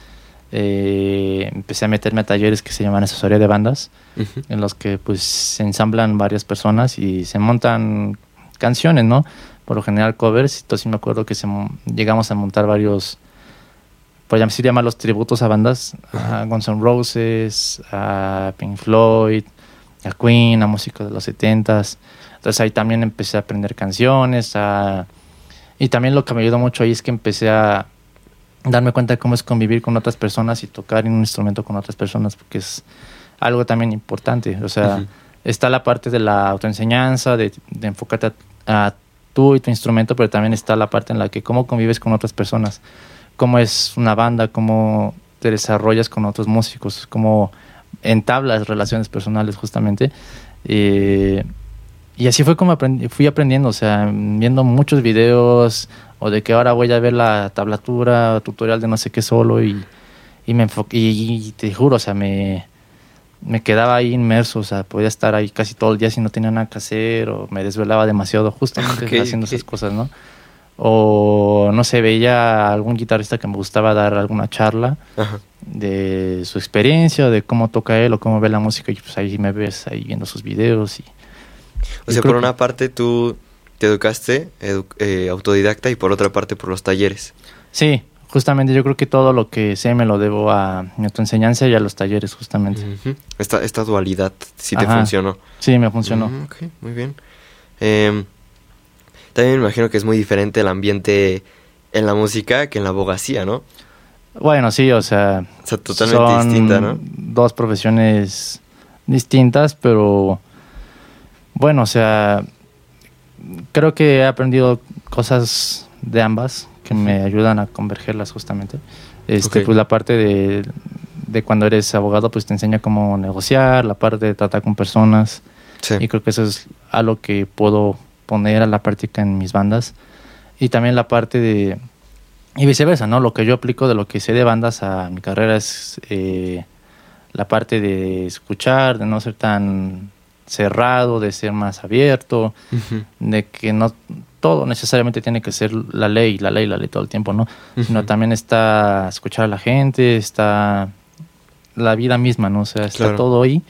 A: eh, empecé a meterme a talleres que se llaman asesoría de bandas, uh-huh. en los que pues se ensamblan varias personas y se montan canciones, ¿no? Por lo general covers. Entonces me acuerdo que se, llegamos a montar varios, pues así llamarlos tributos a bandas, uh-huh. a Guns N' Roses, a Pink Floyd, a Queen, a música de los setentas. Entonces ahí también empecé a aprender canciones, a... y también lo que me ayudó mucho ahí es que empecé a darme cuenta de cómo es convivir con otras personas y tocar en un instrumento con otras personas, porque es algo también importante. O sea, uh-huh. está la parte de la autoenseñanza, de, de enfocarte a, a tú y tu instrumento, pero también está la parte en la que cómo convives con otras personas, cómo es una banda, cómo te desarrollas con otros músicos, cómo entablas relaciones personales justamente. Eh, y así fue como aprendí, fui aprendiendo, o sea, viendo muchos videos, o de que ahora voy a ver la tablatura, tutorial de no sé qué solo, y, y me enfoqué, y, y te juro, o sea, me, me quedaba ahí inmerso, o sea, podía estar ahí casi todo el día si no tenía nada que hacer, o me desvelaba demasiado justamente okay, haciendo okay. esas cosas, ¿no? O, no sé, veía a algún guitarrista que me gustaba dar alguna charla Ajá. de su experiencia, de cómo toca él, o cómo ve la música, y pues ahí me ves ahí viendo sus videos. Y,
B: o sea, por una parte tú te educaste edu- eh, autodidacta y por otra parte por los talleres.
A: Sí, justamente yo creo que todo lo que sé me lo debo a mi autoenseñanza y a los talleres, justamente.
B: Uh-huh. Esta, esta dualidad sí te Ajá. funcionó.
A: Sí, me funcionó.
B: Uh-huh, ok, muy bien. Eh, también me imagino que es muy diferente el ambiente en la música que en la abogacía, ¿no?
A: Bueno, sí, o sea...
B: O sea, totalmente son distinta, ¿no?
A: Dos profesiones distintas, pero... Bueno, o sea... Creo que he aprendido cosas de ambas que me ayudan a convergerlas justamente. Este, okay. Pues la parte de, de cuando eres abogado, pues te enseña cómo negociar, la parte de tratar con personas. Sí. Y creo que eso es algo que puedo poner a la práctica en mis bandas. Y también la parte de... Y viceversa, ¿no? Lo que yo aplico de lo que sé de bandas a mi carrera es eh, la parte de escuchar, de no ser tan... cerrado, de ser más abierto, uh-huh. de que no todo necesariamente tiene que ser la ley, la ley, la ley todo el tiempo, ¿no? Uh-huh. Sino también está escuchar a la gente, está la vida misma, ¿no? O sea, está claro. todo ahí.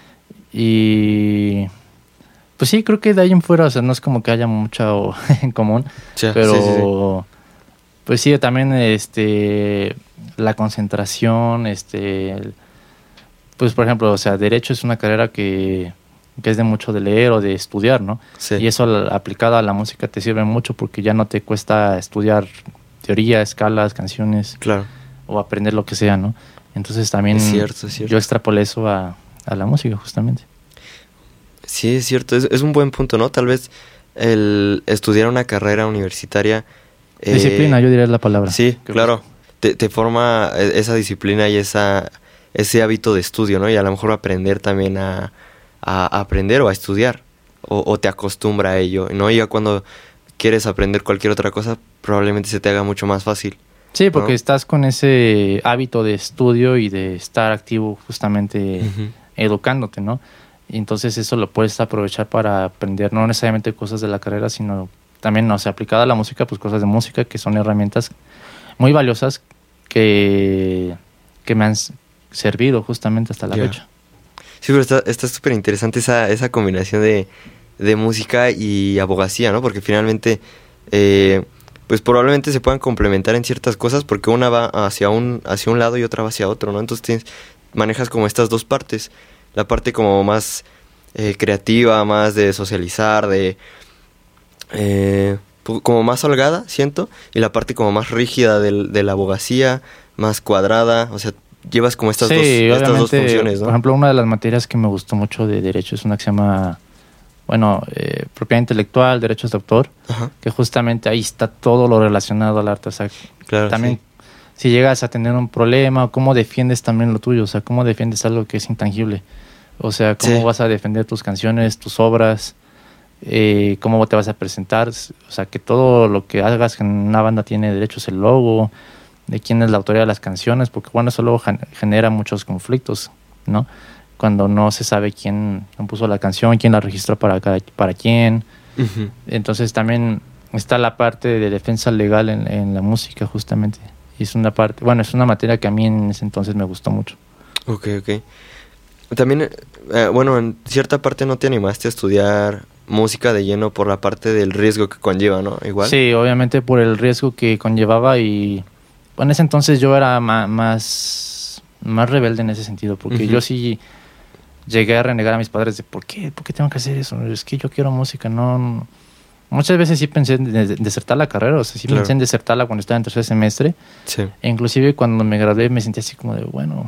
A: Y pues sí, creo que de ahí en fuera, o sea, no es como que haya mucho en común, sí, pero sí, sí, sí. pues sí, también este la concentración, este pues por ejemplo, o sea, derecho es una carrera que que es de mucho de leer o de estudiar, ¿no? Sí. Y eso aplicado a la música te sirve mucho porque ya no te cuesta estudiar teoría, escalas, canciones,
B: claro.
A: o aprender lo que sea, ¿no? Entonces también
B: es cierto, es cierto.
A: yo extrapolé eso a, a la música, justamente.
B: Sí, es cierto, es, es un buen punto, ¿no? Tal vez el estudiar una carrera universitaria...
A: Disciplina, eh, yo diría la palabra.
B: Sí, claro, te, te forma esa disciplina y esa ese hábito de estudio, ¿no? Y a lo mejor aprender también a... a aprender o a estudiar, o, o te acostumbra a ello, ¿no? Y ya cuando quieres aprender cualquier otra cosa, probablemente se te haga mucho más fácil.
A: Sí, porque ¿no? estás con ese hábito de estudio y de estar activo justamente uh-huh. educándote, ¿no? Y entonces eso lo puedes aprovechar para aprender no necesariamente cosas de la carrera, sino también, o sea, aplicada a la música, pues cosas de música que son herramientas muy valiosas que, que me han servido justamente hasta la yeah. fecha.
B: Sí, pero está está súper interesante esa, esa combinación de, de música y abogacía, ¿no? Porque finalmente, eh, pues probablemente se puedan complementar en ciertas cosas porque una va hacia un hacia un lado y otra va hacia otro, ¿no? Entonces tienes, manejas como estas dos partes. La parte como más eh, creativa, más de socializar, de... Eh, como más holgada, siento, y la parte como más rígida del, de la abogacía, más cuadrada, o sea, llevas como estas,
A: sí,
B: dos, estas dos funciones, ¿no?
A: Por ejemplo, una de las materias que me gustó mucho de Derecho es una que se llama, bueno, eh, propiedad intelectual, derechos de autor, Ajá. que justamente ahí está todo lo relacionado al arte, o sea,
B: claro,
A: también...
B: Sí.
A: Si llegas a tener un problema, cómo defiendes también lo tuyo, o sea, cómo defiendes algo que es intangible. O sea, cómo sí. vas a defender tus canciones, tus obras, eh, cómo te vas a presentar. O sea, que todo lo que hagas en una banda tiene derechos, el logo, de quién es la autoría de las canciones, porque bueno, eso luego genera muchos conflictos, ¿no? Cuando no se sabe quién compuso la canción, quién la registró para, cada, para quién. Uh-huh. Entonces también está la parte de defensa legal en, en la música, justamente. Y es una parte, bueno, es una materia que a mí en ese entonces me gustó mucho.
B: Ok, ok. También, eh, bueno, en cierta parte no te animaste a estudiar música de lleno por la parte del riesgo que conlleva, ¿no? Igual.
A: Sí, obviamente por el riesgo que conllevaba y bueno, en ese entonces yo era ma- más, más rebelde en ese sentido, porque uh-huh. yo sí llegué a renegar a mis padres de ¿por qué? ¿Por qué tengo que hacer eso? Es que yo quiero música, no... no. Muchas veces sí pensé en desertar la carrera, o sea, sí claro. pensé en desertarla cuando estaba en tercer semestre.
B: Sí.
A: E inclusive cuando me gradué me sentí así como de, bueno,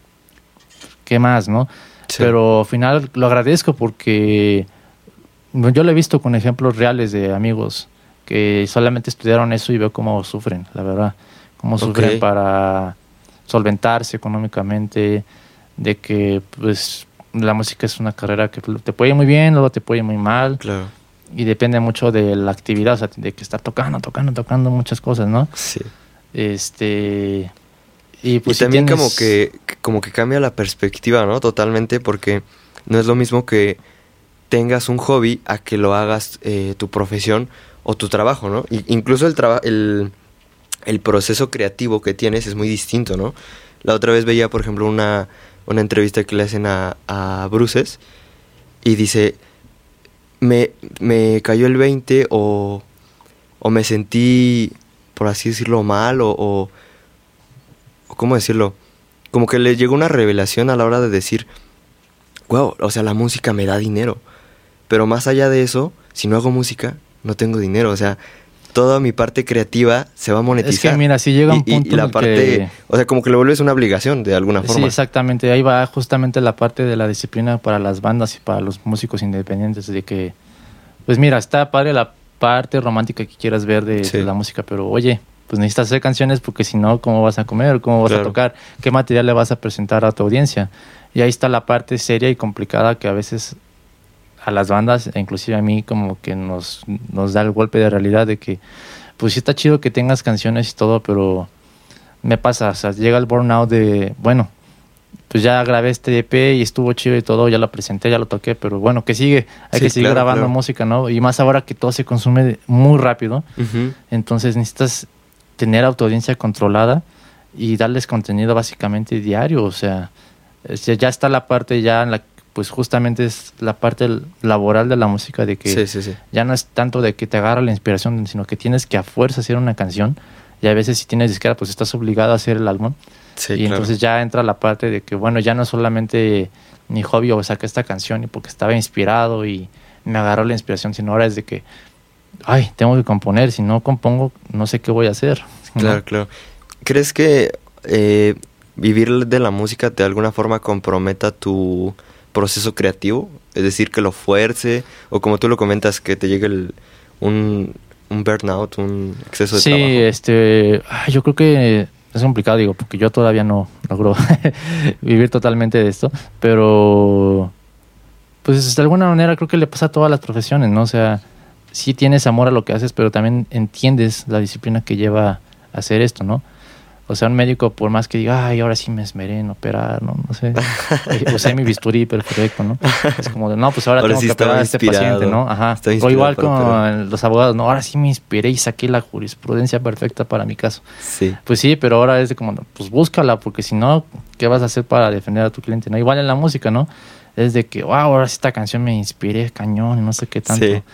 A: ¿qué más, no? Sí. Pero al final lo agradezco porque yo lo he visto con ejemplos reales de amigos que solamente estudiaron eso y veo cómo sufren, la verdad. Cómo sufren okay. para solventarse económicamente, de que pues la música es una carrera que te puede ir muy bien, luego te puede ir muy mal.
B: Claro.
A: Y depende mucho de la actividad, o sea, de que estar tocando, tocando, tocando muchas cosas, ¿no?
B: Sí.
A: Este... Y, pues
B: y también
A: si tienes...
B: como que como que cambia la perspectiva, ¿no? Totalmente, porque no es lo mismo que tengas un hobby a que lo hagas eh, tu profesión o tu trabajo, ¿no? Y incluso el, traba- el, el proceso creativo que tienes es muy distinto, ¿no? La otra vez veía, por ejemplo, una, una entrevista que le hacen a, a Bruces y dice... Me, me cayó el veinte o, o me sentí, por así decirlo, mal o, o, o ¿cómo decirlo? Como que le llegó una revelación a la hora de decir, wow, o sea, la música me da dinero. Pero más allá de eso, si no hago música, no tengo dinero. O sea, toda mi parte creativa se va a monetizar.
A: Es que mira, si llega un
B: y,
A: punto
B: y, y la
A: en
B: parte,
A: que...
B: o sea, como que lo vuelves una obligación de alguna forma.
A: Sí, exactamente. Ahí va justamente la parte de la disciplina para las bandas y para los músicos independientes. De que, pues mira, está padre la parte romántica que quieras ver de, sí. de la música, pero oye, pues necesitas hacer canciones porque si no, ¿cómo vas a comer? ¿Cómo vas claro. a tocar? ¿Qué material le vas a presentar a tu audiencia? Y ahí está la parte seria y complicada que a veces a las bandas, e inclusive a mí, como que nos, nos da el golpe de realidad de que pues sí está chido que tengas canciones y todo, pero me pasa, o sea, llega el burnout de, bueno, pues ya grabé este E P y estuvo chido y todo, ya lo presenté, ya lo toqué, pero bueno, ¿qué sigue? Hay sí, que seguir claro, grabando claro. música, ¿no? Y más ahora que todo se consume muy rápido, uh-huh. entonces necesitas tener audiencia controlada y darles contenido básicamente diario, o sea, ya está la parte ya en la pues justamente es la parte laboral de la música, de que
B: sí, sí, sí.
A: ya no es tanto de que te agarra la inspiración, sino que tienes que a fuerza hacer una canción, y a veces si tienes disquera pues estás obligado a hacer el álbum,
B: sí,
A: y
B: claro.
A: entonces ya entra la parte de que bueno, ya no es solamente mi hobby o saqué esta canción y porque estaba inspirado y me agarró la inspiración, sino ahora es de que ay, tengo que componer, si no compongo no sé qué voy a hacer.
B: Claro, ¿no? Claro. ¿Crees que eh, vivir de la música de alguna forma comprometa tu proceso creativo? Es decir, que lo fuerce, o como tú lo comentas, que te llegue el, un, un burnout, un exceso de
A: sí,
B: trabajo. Sí,
A: este, yo creo que es complicado, digo, porque yo todavía no logro vivir totalmente de esto, pero pues de alguna manera creo que le pasa a todas las profesiones, ¿no? O sea, sí tienes amor a lo que haces, pero también entiendes la disciplina que lleva a hacer esto, ¿no? O sea, un médico, por más que diga, ay, ahora sí me esmeré en operar, no, no sé, usé mi bisturí perfecto, ¿no? Es como de, no, pues ahora, ahora tengo sí que operar a este paciente, ¿no? Ajá. O igual con los abogados, no, ahora sí me inspiré y saqué la jurisprudencia perfecta para mi caso.
B: Sí.
A: Pues sí, pero ahora es de como, pues búscala, porque si no, ¿qué vas a hacer para defender a tu cliente? No, igual en la música, ¿no? Es de que, wow, ahora sí esta canción me inspiré, cañón, y no sé qué tanto.
B: Sí.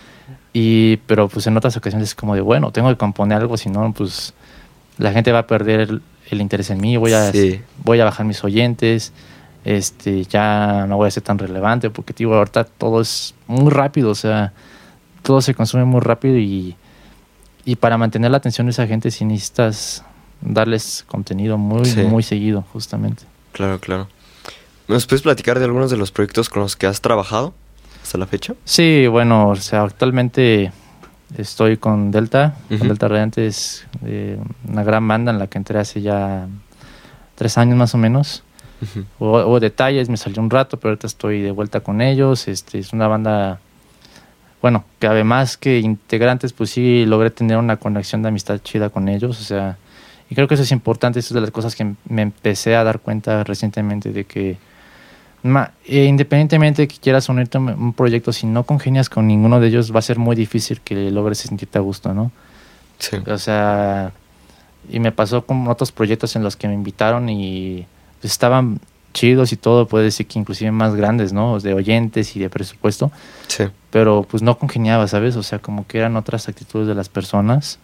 A: Y, pero pues en otras ocasiones es como de, bueno, tengo que componer algo, si no, pues la gente va a perder el, el interés en mí, voy a,
B: sí.
A: voy a bajar mis oyentes, este, ya no voy a ser tan relevante, porque digo, ahorita todo es muy rápido, o sea, todo se consume muy rápido y, y para mantener la atención de esa gente sí necesitas darles contenido muy, sí. muy seguido, justamente.
B: Claro, claro. ¿Nos puedes platicar de algunos de los proyectos con los que has trabajado hasta la fecha?
A: Sí, bueno, o sea, actualmente estoy con Delta, uh-huh. con Delta Radiante, es eh, una gran banda en la que entré hace ya tres años más o menos. Uh-huh. Hubo, hubo detalles, me salió un rato, pero ahorita estoy de vuelta con ellos. Este, es una banda, bueno, que además que integrantes, pues sí logré tener una conexión de amistad chida con ellos, o sea, y creo que eso es importante, eso es de las cosas que me empecé a dar cuenta recientemente de que ma, eh, independientemente de que quieras unirte a un proyecto, si no congenias con ninguno de ellos va a ser muy difícil que logres sentirte a gusto, ¿no?
B: Sí.
A: O sea, y me pasó con otros proyectos en los que me invitaron y pues, estaban chidos y todo, puede decir que inclusive más grandes, ¿no? De oyentes y de presupuesto.
B: Sí.
A: Pero pues no congeniaba, ¿sabes? O sea, como que eran otras actitudes de las personas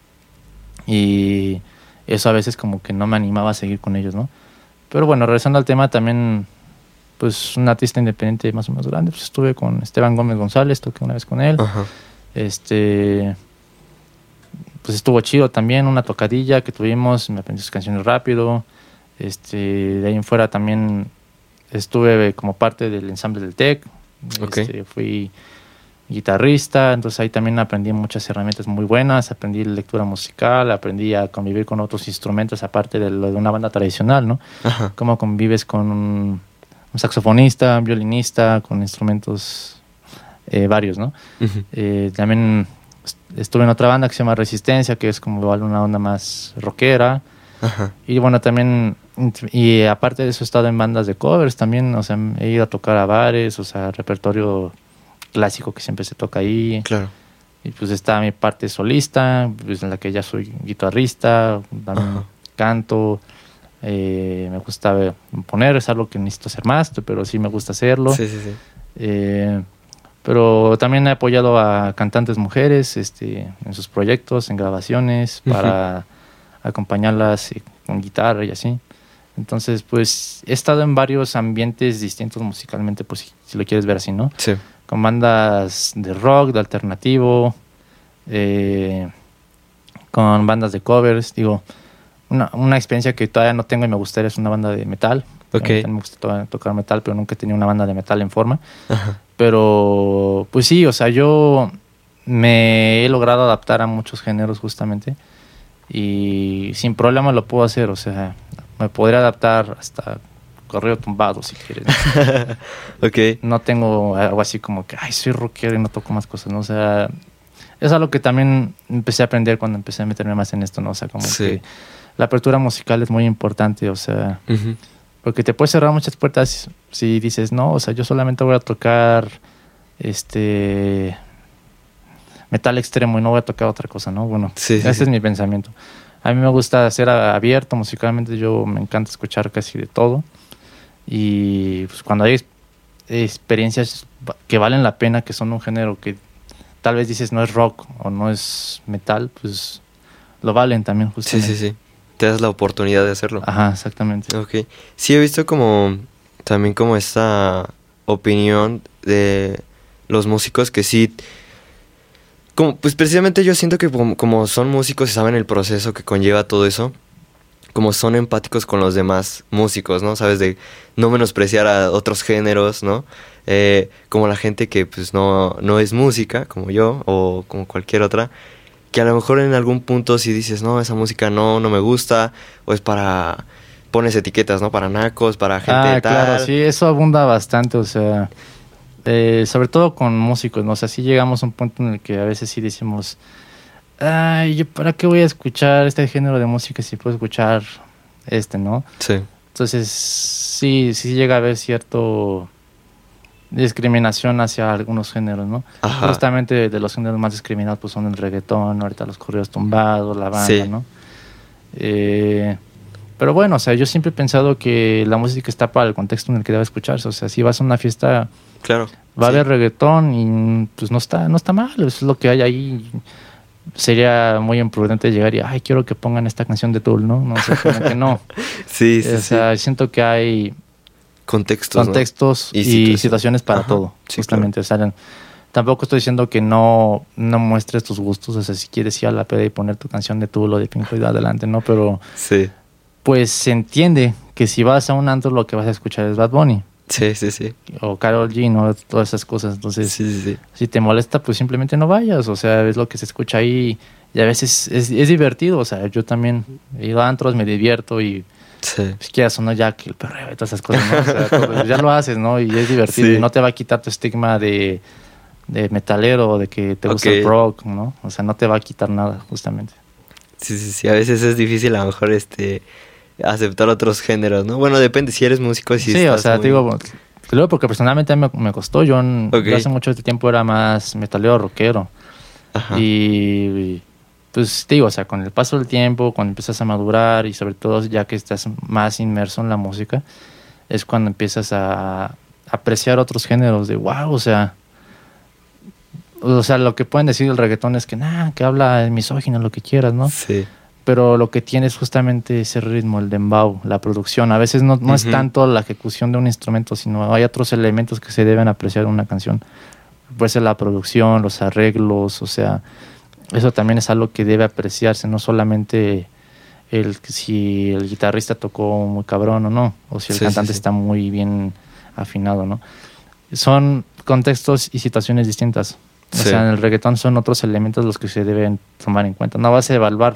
A: y eso a veces como que no me animaba a seguir con ellos, ¿no? Pero bueno, regresando al tema, también pues un artista independiente más o menos grande, pues estuve con Esteban Gómez González, toqué una vez con él.
B: Ajá.
A: Este, pues estuvo chido también, una tocadilla que tuvimos, me aprendí sus canciones rápido. Este, de ahí en fuera también estuve como parte del ensamble del TEC.
B: Okay.
A: Este, fui guitarrista, entonces ahí también aprendí muchas herramientas muy buenas, aprendí lectura musical, aprendí a convivir con otros instrumentos aparte de lo de una banda tradicional, ¿no?
B: Ajá.
A: Cómo convives con un, un saxofonista, un violinista, con instrumentos eh, varios, ¿no?
B: Uh-huh.
A: Eh, también estuve en otra banda que se llama Resistencia, que es como igual una onda más rockera.
B: Ajá.
A: Y bueno, también, y aparte de eso he estado en bandas de covers también, o sea, he ido a tocar a bares, o sea, repertorio clásico que siempre se toca ahí.
B: Claro.
A: Y pues está mi parte solista, pues en la que ya soy guitarrista, también
B: Ajá.
A: canto, eh, me gusta componer, es algo que necesito hacer más, pero sí me gusta hacerlo.
B: Sí, sí, sí.
A: Eh, pero también he apoyado a cantantes mujeres este, en sus proyectos, en grabaciones, para uh-huh. acompañarlas con guitarra y así. Entonces, pues he estado en varios ambientes distintos musicalmente, pues si, si lo quieres ver así, ¿no?
B: Sí.
A: Con bandas de rock, de alternativo, eh, con bandas de covers. Digo, una, una experiencia que todavía no tengo y me gustaría es una banda de metal.
B: Okay.
A: Me gusta to- tocar metal, pero nunca he tenido una banda de metal en forma.
B: Ajá.
A: Pero, pues sí, o sea, yo me he logrado adaptar a muchos géneros justamente y sin problema lo puedo hacer, o sea, me podría adaptar hasta corrido tumbado si quieres.
B: Okay.
A: No tengo algo así como que, ay, soy rockero y no toco más cosas, ¿no? O sea, es algo que también empecé a aprender cuando empecé a meterme más en esto, ¿no? O sea, como
B: sí.
A: que la apertura musical es muy importante, o sea,
B: uh-huh.
A: porque te puede cerrar muchas puertas si dices, no, o sea, yo solamente voy a tocar este metal extremo y no voy a tocar otra cosa, ¿no? Bueno,
B: sí,
A: ese
B: sí.
A: es mi pensamiento. A mí me gusta ser abierto musicalmente, yo me encanta escuchar casi de todo. Y pues cuando hay experiencias que valen la pena, que son un género que tal vez dices no es rock o no es metal, pues lo valen también justamente.
B: Sí, sí, sí. Te das la oportunidad de hacerlo.
A: Ajá, exactamente.
B: Ok. Sí, he visto como también como esta opinión de los músicos que sí... Como, pues precisamente yo siento que como, como son músicos y saben el proceso que conlleva todo eso, como son empáticos con los demás músicos, ¿no? Sabes, de no menospreciar a otros géneros, ¿no? Eh, como la gente que pues no, no es música, como yo, o como cualquier otra, que a lo mejor en algún punto si dices, no, esa música no, no me gusta, o es para... Pones etiquetas, ¿no? Para nacos, para gente
A: ah,
B: tal.
A: Claro, sí, eso abunda bastante, o sea... Eh, sobre todo con músicos, ¿no? O sea, sí llegamos a un punto en el que a veces sí decimos, ay, ¿yo para qué voy a escuchar este género de música si puedo escuchar este, ¿no?
B: Sí.
A: Entonces, sí, sí llega a haber cierto discriminación hacia algunos géneros, ¿no?
B: Ajá.
A: Justamente de los géneros más discriminados pues son el reggaetón, ahorita los corridos tumbados, la banda,
B: sí.
A: ¿no? Eh... Pero bueno, o sea, yo siempre he pensado que la música está para el contexto en el que debe escucharse. O sea, si vas a una fiesta,
B: claro,
A: va a
B: sí.
A: haber reggaetón y pues no está, no está mal, es lo que hay ahí. Sería muy imprudente llegar y, ay, quiero que pongan esta canción de Tool, ¿no? No sé, como que no.
B: sí, sí,
A: O sea,
B: sí.
A: siento que hay
B: contextos,
A: contextos
B: ¿no? y,
A: y
B: situaciones,
A: situaciones para
B: Ajá,
A: todo,
B: sí,
A: justamente.
B: Claro.
A: O sea, tampoco estoy diciendo que no, no muestres tus gustos, o sea, si quieres ir a la peda y poner tu canción de Tool o de Pink Floyd adelante, ¿no? Pero
B: sí.
A: pues se entiende que si vas a un antro lo que vas a escuchar es Bad Bunny.
B: Sí, sí, sí.
A: O Karol G, ¿no? Todas esas cosas. Entonces,
B: sí, sí, sí.
A: si te molesta, pues simplemente no vayas. O sea, es lo que se escucha ahí. Y a veces es, es divertido. O sea, yo también he ido a antros, me divierto y
B: sí.
A: pues quieras o no, ya que el perreo y todas esas cosas, ¿no? O sea, todo, ya lo haces, ¿no? Y es divertido.
B: Sí.
A: Y no te va a quitar tu estigma de, de metalero o de que te gusta
B: okay.
A: el rock, ¿no? O sea, no te va a quitar nada, justamente.
B: Sí, sí, sí. A veces es difícil a lo mejor este aceptar otros géneros, ¿no? Bueno, depende si eres músico y si
A: Sí, o sea,
B: muy...
A: te digo... Luego porque personalmente a mí me, me costó. Yo,
B: okay.
A: yo hace mucho tiempo era más metalero rockero.
B: Ajá.
A: Y pues te digo, o sea, con el paso del tiempo, cuando empiezas a madurar y sobre todo ya que estás más inmerso en la música, es cuando empiezas a apreciar otros géneros de wow, o sea, o sea, lo que pueden decir el reggaetón es que nada, que habla misógino, lo que quieras, ¿no?
B: Sí.
A: Pero lo que tiene es justamente ese ritmo, el dembow, la producción. A veces no, no uh-huh. es tanto la ejecución de un instrumento, sino hay otros elementos que se deben apreciar en una canción. Puede ser la producción, los arreglos, o sea, eso también es algo que debe apreciarse, no solamente el si el guitarrista tocó muy cabrón o no, o si el sí, cantante sí, sí. está muy bien afinado, ¿no? Son contextos y situaciones distintas. O sí. sea, en el reggaetón son otros elementos los que se deben tomar en cuenta. No vas a evaluar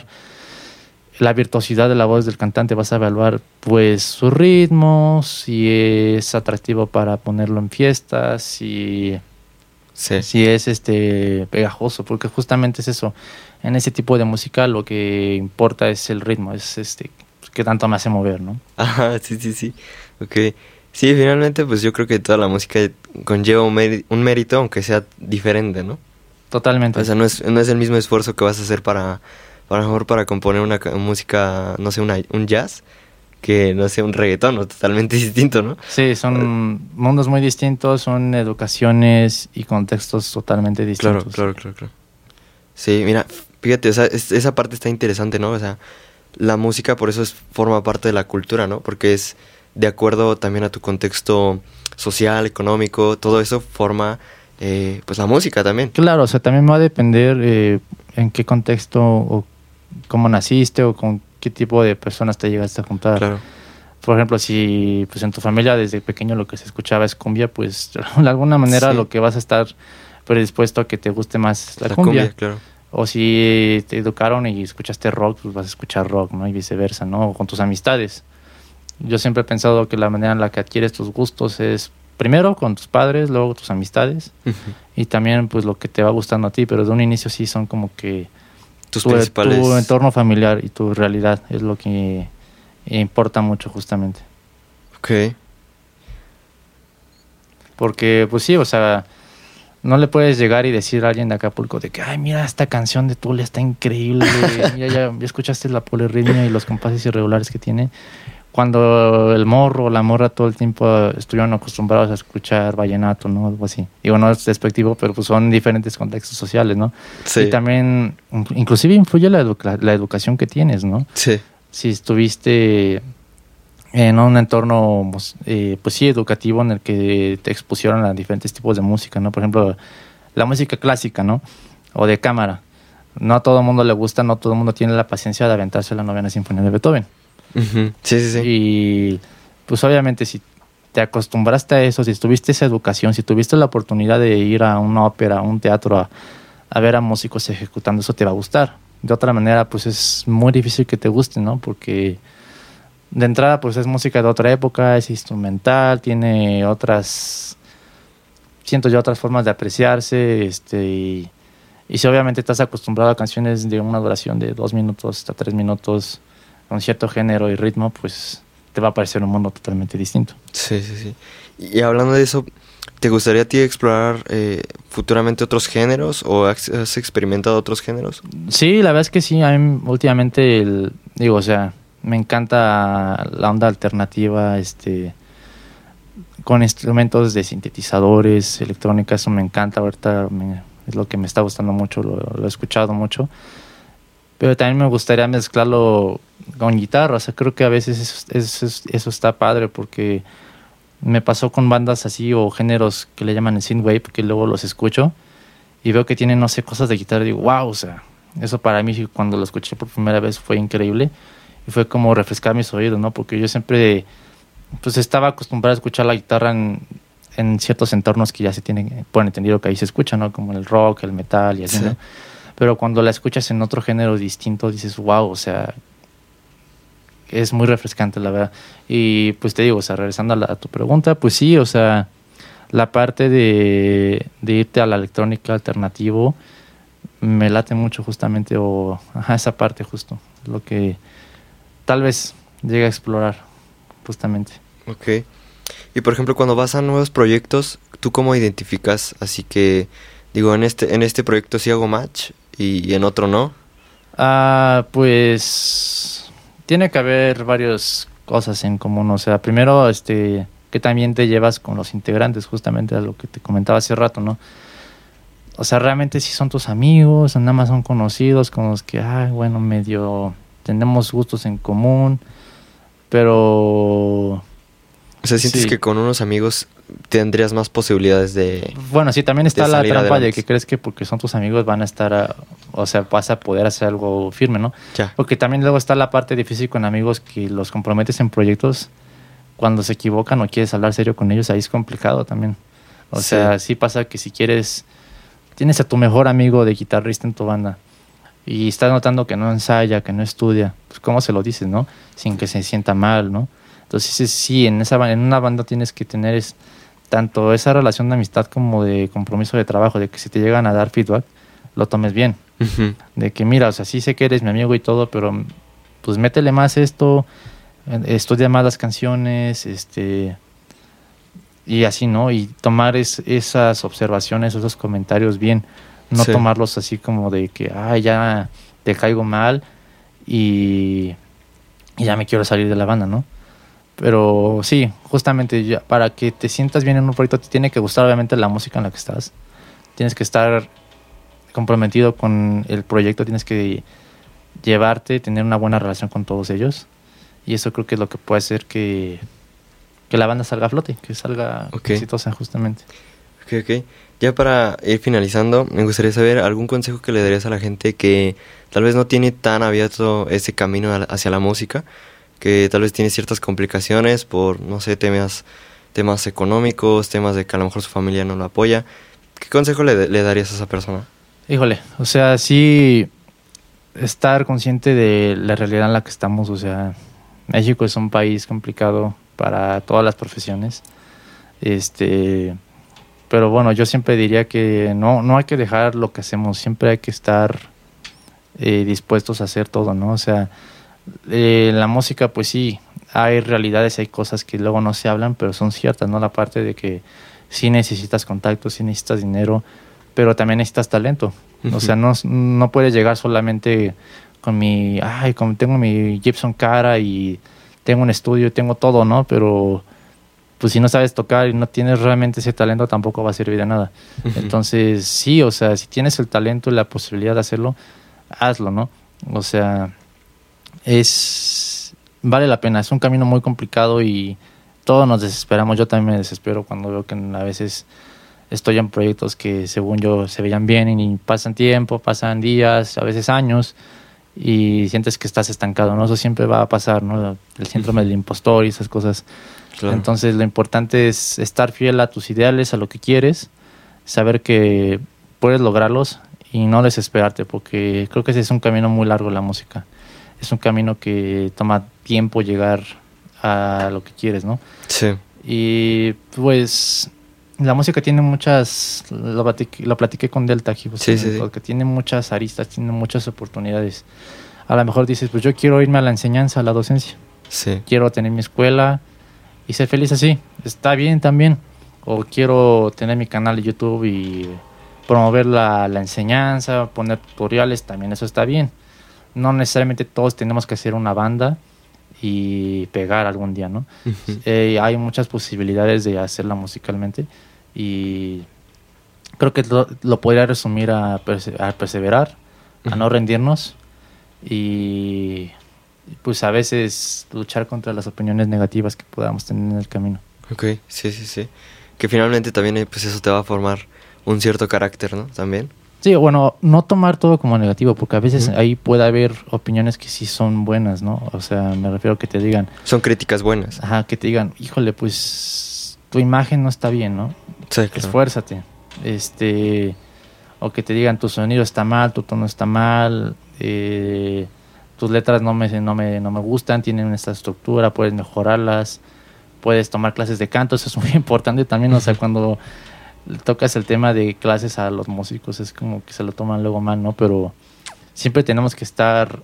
A: la virtuosidad de la voz del cantante, vas a evaluar pues su ritmo, si es atractivo para ponerlo en fiestas, si,
B: sí.
A: si es este pegajoso, porque justamente es eso. En ese tipo de música lo que importa es el ritmo, es este que tanto me hace mover, ¿no?
B: Ajá, sí, sí, sí. Ok. Sí, finalmente pues yo creo que toda la música conlleva un, méri- un mérito, aunque sea diferente, ¿no?
A: Totalmente.
B: O sea, no es, no es el mismo esfuerzo que vas a hacer para... a lo mejor para componer una música, no sé, una, un jazz, que no sé, un reggaetón, ¿no? Totalmente distinto, ¿no?
A: Sí, son mundos muy distintos, son educaciones y contextos totalmente distintos.
B: Claro, claro, claro, claro. Sí, mira, fíjate, o sea, es, esa parte está interesante, ¿no? O sea, la música por eso es, forma parte de la cultura, ¿no? Porque es de acuerdo también a tu contexto social, económico, todo eso forma... Eh, pues la música también.
A: Claro, o sea, también va a depender eh, en qué contexto o cómo naciste o con qué tipo de personas te llegaste a juntar.
B: Claro.
A: Por ejemplo, si pues en tu familia desde pequeño lo que se escuchaba es cumbia, pues de alguna manera sí. lo que vas a estar predispuesto a que te guste más la, la cumbia.
B: cumbia claro.
A: O si te educaron y escuchaste rock, pues vas a escuchar rock, ¿no? Y viceversa, ¿no? O con tus amistades. Yo siempre he pensado que la manera en la que adquieres tus gustos es primero con tus padres, luego tus amistades uh-huh. y también pues lo que te va gustando a ti, pero de un inicio sí son como que
B: tus
A: tu,
B: principales...
A: tu entorno familiar y tu realidad es lo que importa mucho justamente.
B: Ok.
A: Porque pues sí, o sea, no le puedes llegar y decir a alguien de Acapulco de que ay, mira, esta canción de Tool está increíble, ya, ya, ya escuchaste la polirritmia y los compases irregulares que tiene. Cuando el morro o la morra todo el tiempo estuvieron acostumbrados a escuchar vallenato, ¿no? Algo así. Digo, no es despectivo, pero pues son diferentes contextos sociales, ¿no?
B: Sí.
A: Y también, inclusive influye la, educa- la educación que tienes, ¿no?
B: Sí.
A: Si estuviste en un entorno, eh, pues sí, educativo en el que te expusieron a diferentes tipos de música, ¿no? Por ejemplo, la música clásica, ¿no? O de cámara. No a todo el mundo le gusta, no todo el mundo tiene la paciencia de aventarse la novena sinfonía de Beethoven.
B: Uh-huh. Sí, sí, sí.
A: Y pues obviamente si te acostumbraste a eso, si tuviste esa educación, si tuviste la oportunidad de ir a una ópera, a un teatro, a, a ver a músicos ejecutando, eso te va a gustar. De otra manera, pues es muy difícil que te guste, ¿no? Porque de entrada, pues es música de otra época, es instrumental, tiene otras, siento yo, otras formas de apreciarse, este, y, y si obviamente estás acostumbrado a canciones de una duración de dos minutos hasta tres minutos, con cierto género y ritmo, pues te va a parecer un mundo totalmente distinto.
B: Sí, sí, sí. Y hablando de eso, ¿te gustaría a ti explorar eh, futuramente otros géneros o has, has experimentado otros géneros?
A: Sí, la verdad es que sí. A mí últimamente, el, digo, o sea, me encanta la onda alternativa, este, con instrumentos de sintetizadores, electrónica, eso me encanta. Ahorita me, es lo que me está gustando mucho, lo, lo he escuchado mucho. Pero también me gustaría mezclarlo con guitarra. O sea, creo que a veces eso, eso, eso está padre porque me pasó con bandas así o géneros que le llaman el synthwave, que luego los escucho y veo que tienen, no sé, cosas de guitarra y digo, wow, o sea, eso para mí cuando lo escuché por primera vez fue increíble y fue como refrescar mis oídos, ¿no? Porque yo siempre, pues estaba acostumbrado a escuchar la guitarra en, en ciertos entornos que ya se tienen, por entendido que ahí se escucha, ¿no? Como el rock, el metal y así, sí. ¿no? Pero cuando la escuchas en otro género distinto dices, wow, o sea, es muy refrescante, la verdad. Y pues te digo, o sea, regresando a, la, a tu pregunta, pues sí, o sea, la parte de, de irte a la electrónica alternativo me late mucho justamente, o ajá, esa parte justo, lo que tal vez llegue a explorar justamente.
B: Ok. Y por ejemplo, cuando vas a nuevos proyectos, ¿tú cómo identificas? Así que, digo, en este, en este proyecto sí hago match y, y en otro no.
A: Ah, pues... Tiene que haber varias cosas en común, o sea, primero, este, que también te llevas con los integrantes, justamente a lo que te comentaba hace rato, ¿no? O sea, realmente si son tus amigos, nada más son conocidos, con los que, ah, bueno, medio tenemos gustos en común, pero...
B: O sea, ¿sientes sí. que con unos amigos tendrías más posibilidades de...
A: Bueno, sí, también está la trampa adelante. De que crees que porque son tus amigos van a estar, a, o sea, vas a poder hacer algo firme, ¿no?
B: Ya.
A: Porque también luego está la parte difícil con amigos que los comprometes en proyectos, cuando se equivocan o quieres hablar serio con ellos, ahí es complicado también. O sí. sea, sí pasa que si quieres, tienes a tu mejor amigo de guitarrista en tu banda y estás notando que no ensaya, que no estudia, pues ¿cómo se lo dices, no? Sin que se sienta mal, ¿no? Entonces sí, en, esa, en una banda tienes que tener... Es, tanto esa relación de amistad como de compromiso de trabajo, de que si te llegan a dar feedback, lo tomes bien. Uh-huh. De que mira, o sea, sí sé que eres mi amigo y todo, pero pues métele más esto, estudia más las canciones, este y así, ¿no? Y tomar es, esas observaciones, esos comentarios bien, no sí. tomarlos así como de que, ah, ya te caigo mal y, y ya me quiero salir de la banda, ¿no? Pero sí, justamente ya, para que te sientas bien en un proyecto te tiene que gustar obviamente la música en la que estás. Tienes que estar comprometido con el proyecto, tienes que llevarte, tener una buena relación con todos ellos. Y eso creo que es lo que puede hacer que, que la banda salga a flote, que salga okay. exitosa justamente.
B: Ok, ok. Ya para ir finalizando, me gustaría saber algún consejo que le darías a la gente que tal vez no tiene tan abierto ese camino hacia la música, que tal vez tiene ciertas complicaciones por, no sé, temas, temas económicos, temas de que a lo mejor su familia no lo apoya. ¿Qué consejo le, le darías a esa persona?
A: Híjole, o sea, sí estar consciente de la realidad en la que estamos. O sea, México es un país complicado para todas las profesiones. Este, pero bueno, yo siempre diría que no, no hay que dejar lo que hacemos, siempre hay que estar eh, dispuestos a hacer todo, ¿no? O sea, Eh, la música, pues sí, hay realidades, hay cosas que luego no se hablan, pero son ciertas, ¿no? La parte de que sí necesitas contacto, sí necesitas dinero, pero también necesitas talento. Uh-huh. O sea, no, no puedes llegar solamente con mi, ay, como tengo mi Gibson Cara y tengo un estudio, tengo todo, ¿no? Pero pues si no sabes tocar y no tienes realmente ese talento, tampoco va a servir de nada. Uh-huh. Entonces, sí, o sea, si tienes el talento y la posibilidad de hacerlo, hazlo, ¿no? O sea... es vale la pena, es un camino muy complicado y todos nos desesperamos. Yo también me desespero cuando veo que a veces estoy en proyectos que según yo se veían bien y pasan tiempo, pasan días, a veces años y sientes que estás estancado, ¿no? Eso siempre va a pasar, ¿no? El síndrome del impostor y esas cosas. Claro. Entonces lo importante es estar fiel a tus ideales, a lo que quieres, saber que puedes lograrlos y no desesperarte, porque creo que ese es un camino muy largo, la música. Es un camino que toma tiempo llegar a lo que quieres, ¿no?
B: Sí.
A: Y pues la música tiene muchas, lo platiqué, lo platiqué con Delta aquí, pues,
B: sí, sí, sí.
A: porque tiene muchas aristas, tiene muchas oportunidades. A lo mejor dices, pues yo quiero irme a la enseñanza, a la docencia.
B: Sí.
A: Quiero tener mi escuela y ser feliz así. Está bien también. O quiero tener mi canal de YouTube y promover la, la enseñanza, poner tutoriales, también eso está bien. No necesariamente todos tenemos que hacer una banda y pegar algún día, ¿no? Uh-huh. Eh, hay muchas posibilidades de hacerla musicalmente y creo que lo, lo podría resumir a, perse- a perseverar, uh-huh. a no rendirnos y pues a veces luchar contra las opiniones negativas que podamos tener en el camino.
B: Ok, sí, sí, sí. Que finalmente también pues eso te va a formar un cierto carácter, ¿no? También.
A: Sí, bueno, no tomar todo como negativo, porque a veces
B: Uh-huh.
A: ahí puede haber opiniones que sí son buenas, ¿no? O sea, me refiero a que te digan...
B: Son críticas buenas.
A: Ajá, que te digan, híjole, pues tu imagen no está bien, ¿no?
B: Sí, claro.
A: Esfuérzate. Este, o que te digan, tu sonido está mal, tu tono está mal, eh, tus letras no me, no, me, no me gustan, tienen esta estructura, puedes mejorarlas, puedes tomar clases de canto, eso es muy importante también, o sea, cuando tocas el tema de clases a los músicos es como que se lo toman luego mal, ¿no? Pero siempre tenemos que estar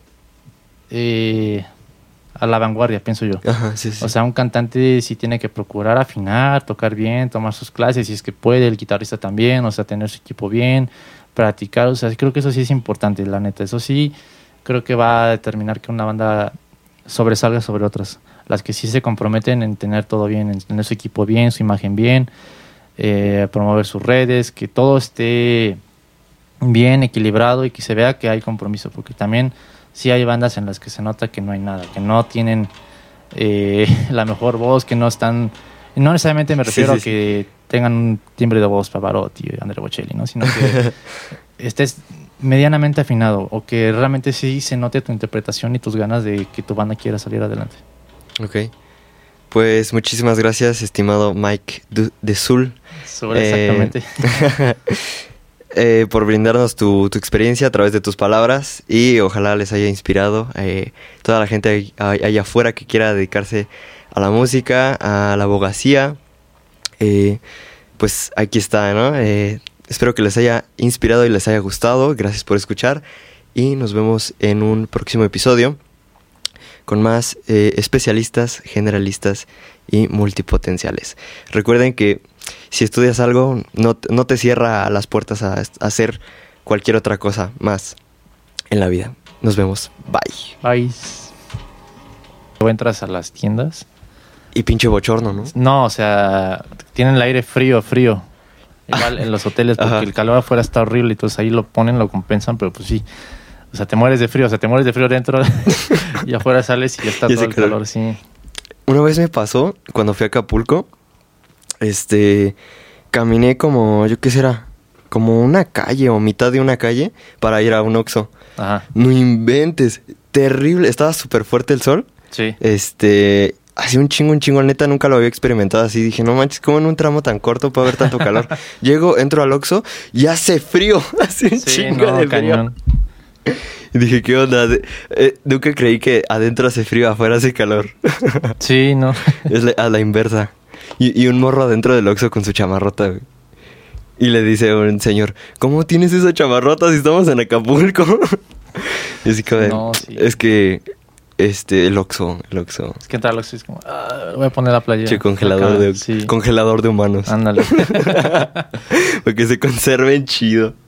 A: eh, a la vanguardia, pienso yo.
B: Ajá, sí, sí.
A: O sea, un cantante sí tiene que procurar afinar, tocar bien, tomar sus clases si es que puede, el guitarrista también, o sea, tener su equipo bien, practicar, o sea, creo que eso sí es importante, la neta. Eso sí creo que va a determinar que una banda sobresalga sobre otras. Las que sí se comprometen en tener todo bien, en tener su equipo bien, su imagen bien, eh, promover sus redes, que todo esté bien equilibrado y que se vea que hay compromiso, porque también sí hay bandas en las que se nota que no hay nada, que no tienen eh, la mejor voz, que no están, no necesariamente me refiero
B: sí, sí,
A: a que sí. tengan un timbre de voz Pavarotti y Andrea Bocelli, ¿no? Sino que estés medianamente afinado o que realmente sí se note tu interpretación y tus ganas de que tu banda quiera salir adelante.
B: Ok. Pues muchísimas gracias, estimado Mike de Sul.
A: Sul, exactamente.
B: Eh, eh, por brindarnos tu, tu experiencia a través de tus palabras y ojalá les haya inspirado eh, toda la gente allá afuera que quiera dedicarse a la música, a la abogacía. Eh, pues aquí está, ¿no? Eh, espero que les haya inspirado y les haya gustado. Gracias por escuchar y nos vemos en un próximo episodio con más eh, especialistas, generalistas y multipotenciales. Recuerden que si estudias algo, no, no te cierra las puertas a, a hacer cualquier otra cosa más en la vida. Nos vemos. Bye.
A: Bye. Luego entras a las tiendas.
B: Y pinche bochorno, ¿no?
A: No, o sea, tienen el aire frío, frío. Igual en los hoteles, porque Ajá. el calor afuera está horrible, entonces ahí lo ponen, lo compensan, pero pues sí. O sea, te mueres de frío, o sea, te mueres de frío dentro y afuera sales y ya está y todo el calor. calor, sí.
B: Una vez me pasó, cuando fui a Acapulco, este, caminé como, yo qué será, como una calle o mitad de una calle para ir a un Oxxo.
A: Ajá.
B: No inventes, terrible, estaba súper fuerte el sol.
A: Sí.
B: Este, hacía un chingo, un chingo, neta, nunca lo había experimentado así. Dije, no manches, ¿cómo en un tramo tan corto puede haber tanto calor? Llego, entro al Oxxo y hace frío, hace un
A: sí,
B: chingo
A: no,
B: de frío.
A: Cañón.
B: Y dije, ¿qué onda? De, eh, nunca creí que adentro hace frío, afuera hace calor.
A: Sí, no.
B: Es la, a la inversa. Y, y un morro adentro del Oxxo con su chamarrota, güey. Y le dice un señor, ¿cómo tienes esa chamarrota si estamos en Acapulco? Y así como,
A: no, sí.
B: Es que, este, el Oxxo, el Oxxo.
A: Es que entrar al Oxxo es como, ah, voy a poner la playera.
B: Che, congelador, de, sí. congelador de humanos.
A: Ándale.
B: Para que se conserven chido.